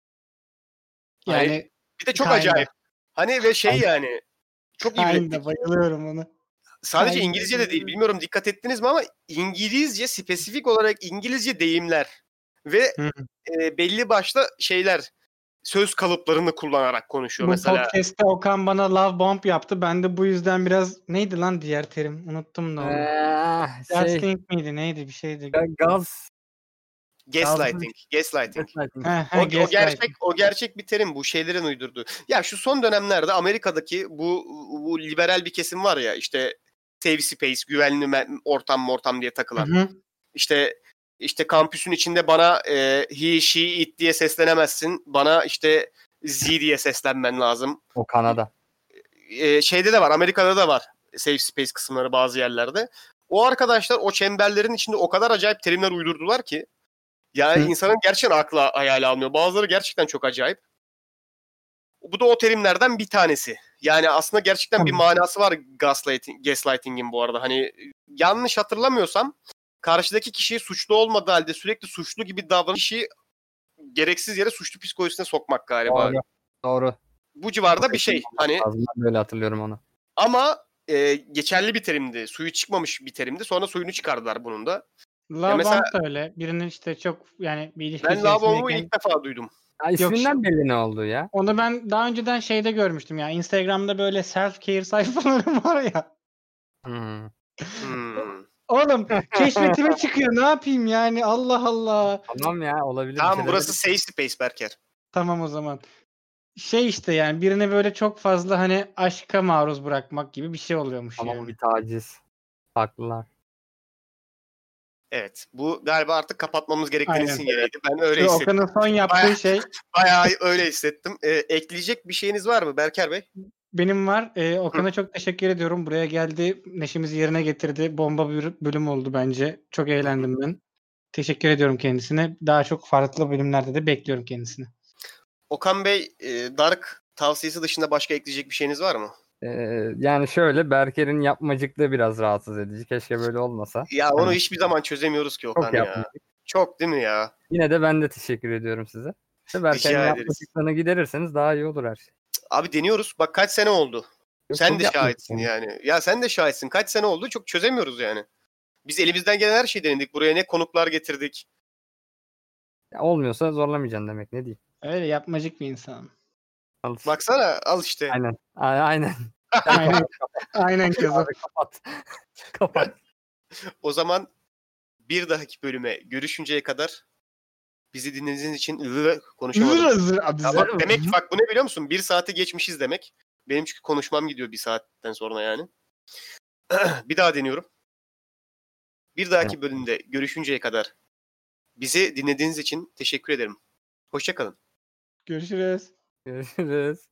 Yani hani, bir de çok acayip. Hani ve şey yani çok ibretlik. Bayılıyorum ona. Sadece İngilizce de değil. Bilmiyorum dikkat ettiniz mi ama İngilizce, spesifik olarak İngilizce deyimler ve belli başlı şeyler, söz kalıplarını kullanarak konuşuyor Bu mesela. podcast'te Okan bana love bomb yaptı. Ben de bu yüzden biraz neydi lan diğer terim? Unuttum da onu. Gaslighting miydi? Neydi? Bir şeydi. Gaslighting. O gerçek bir terim, bu şeylerin uydurduğu. Ya şu son dönemlerde Amerika'daki bu liberal bir kesim var ya, işte safe space, güvenli ortam diye takılan. İşte kampüsün içinde bana he, she, it diye seslenemezsin. Bana işte z diye seslenmen lazım. O Kanada. Şeyde de var, Amerika'da da var safe space kısımları bazı yerlerde. O arkadaşlar o çemberlerin içinde o kadar acayip terimler uydurdular ki yani insanın gerçekten aklı hayal almıyor. Bazıları gerçekten çok acayip. Bu da o terimlerden bir tanesi. Yani aslında gerçekten bir manası var gaslighting'in bu arada. Hani yanlış hatırlamıyorsam karşıdaki kişiyi suçlu olmadığı halde sürekli suçlu gibi davranan kişiyi gereksiz yere suçlu psikolojisine sokmak galiba. Doğru. Bu civarda bir şey. Hani böyle hatırlıyorum onu. ama geçerli bir terimdi. Suyu çıkmamış bir terimdi. Sonra suyunu çıkardılar bunun da. Love mesela- bomb da öyle. Birinin işte çok yani bir ilişki Ben love bomb'u içerisindeyken ilk defa duydum. Ya isminden belli ne olduğu ya. onu ben daha önceden şeyde görmüştüm ya. Instagram'da böyle self care sayfaları var ya. Hmm. Oğlum keşfetime çıkıyor. Ne yapayım yani? Allah Allah. Tamam ya, olabilir. bir Tamam şeyler burası dedik. safe space Berker. Tamam o zaman. Şey işte yani birine böyle çok fazla hani aşka maruz bırakmak gibi bir şey oluyormuş Ama bu yani. bir taciz. Haklılar. Evet. Bu galiba artık kapatmamız gerektiğinin Aynen. sinyaliydi. Ben öyle Ve hissettim. Okan'ın son yaptığı Bayağı- şey Bayağı öyle hissettim. Ekleyecek bir şeyiniz var mı Berker Bey? benim var. Okan'a çok teşekkür ediyorum. Buraya geldi. Neşemizi yerine getirdi. Bomba bir bölüm oldu bence. Çok eğlendim ben. Teşekkür ediyorum kendisine. Daha çok farklı bölümlerde de bekliyorum kendisini. Okan Bey, Dark tavsiyesi dışında başka ekleyecek bir şeyiniz var mı? Yani şöyle, Berker'in yapmacıklığı biraz rahatsız edici. Keşke böyle olmasa. Ya onu Hani hiçbir zaman çözemiyoruz ki Okan çok ya. yapmacık. Çok değil mi ya? Yine de ben de teşekkür ediyorum size. İşte Berker'in Rica ederiz. yapmacıklığını giderirseniz daha iyi olur her şey. Abi deniyoruz. Bak kaç sene oldu. Yok, Sen çok de yapmacık şahitsin yani. yani. Ya sen de şahitsin. Kaç sene oldu çok çözemiyoruz yani. Biz elimizden gelen her şeyi denedik. Buraya ne konuklar getirdik. Ya olmuyorsa zorlamayacaksın demek, ne diyeyim. Öyle yapmacık bir insanım. Al işte. Baksana al işte. Aynen. Aynen. Aynen. Aynen kızım. Abi kapat. Kapat. O zaman bir dahaki bölüme görüşünceye kadar bizi dinlediğiniz için konuşamadım. Ya bak, demek bak bu ne biliyor musun? 1 saati geçmişiz demek. Benim çünkü konuşmam gidiyor 1 saatten sonra yani. Bir daha deniyorum. Bir dahaki bölümde görüşünceye kadar bizi dinlediğiniz için teşekkür ederim. Hoşça kalın. Görüşürüz. Görüşürüz.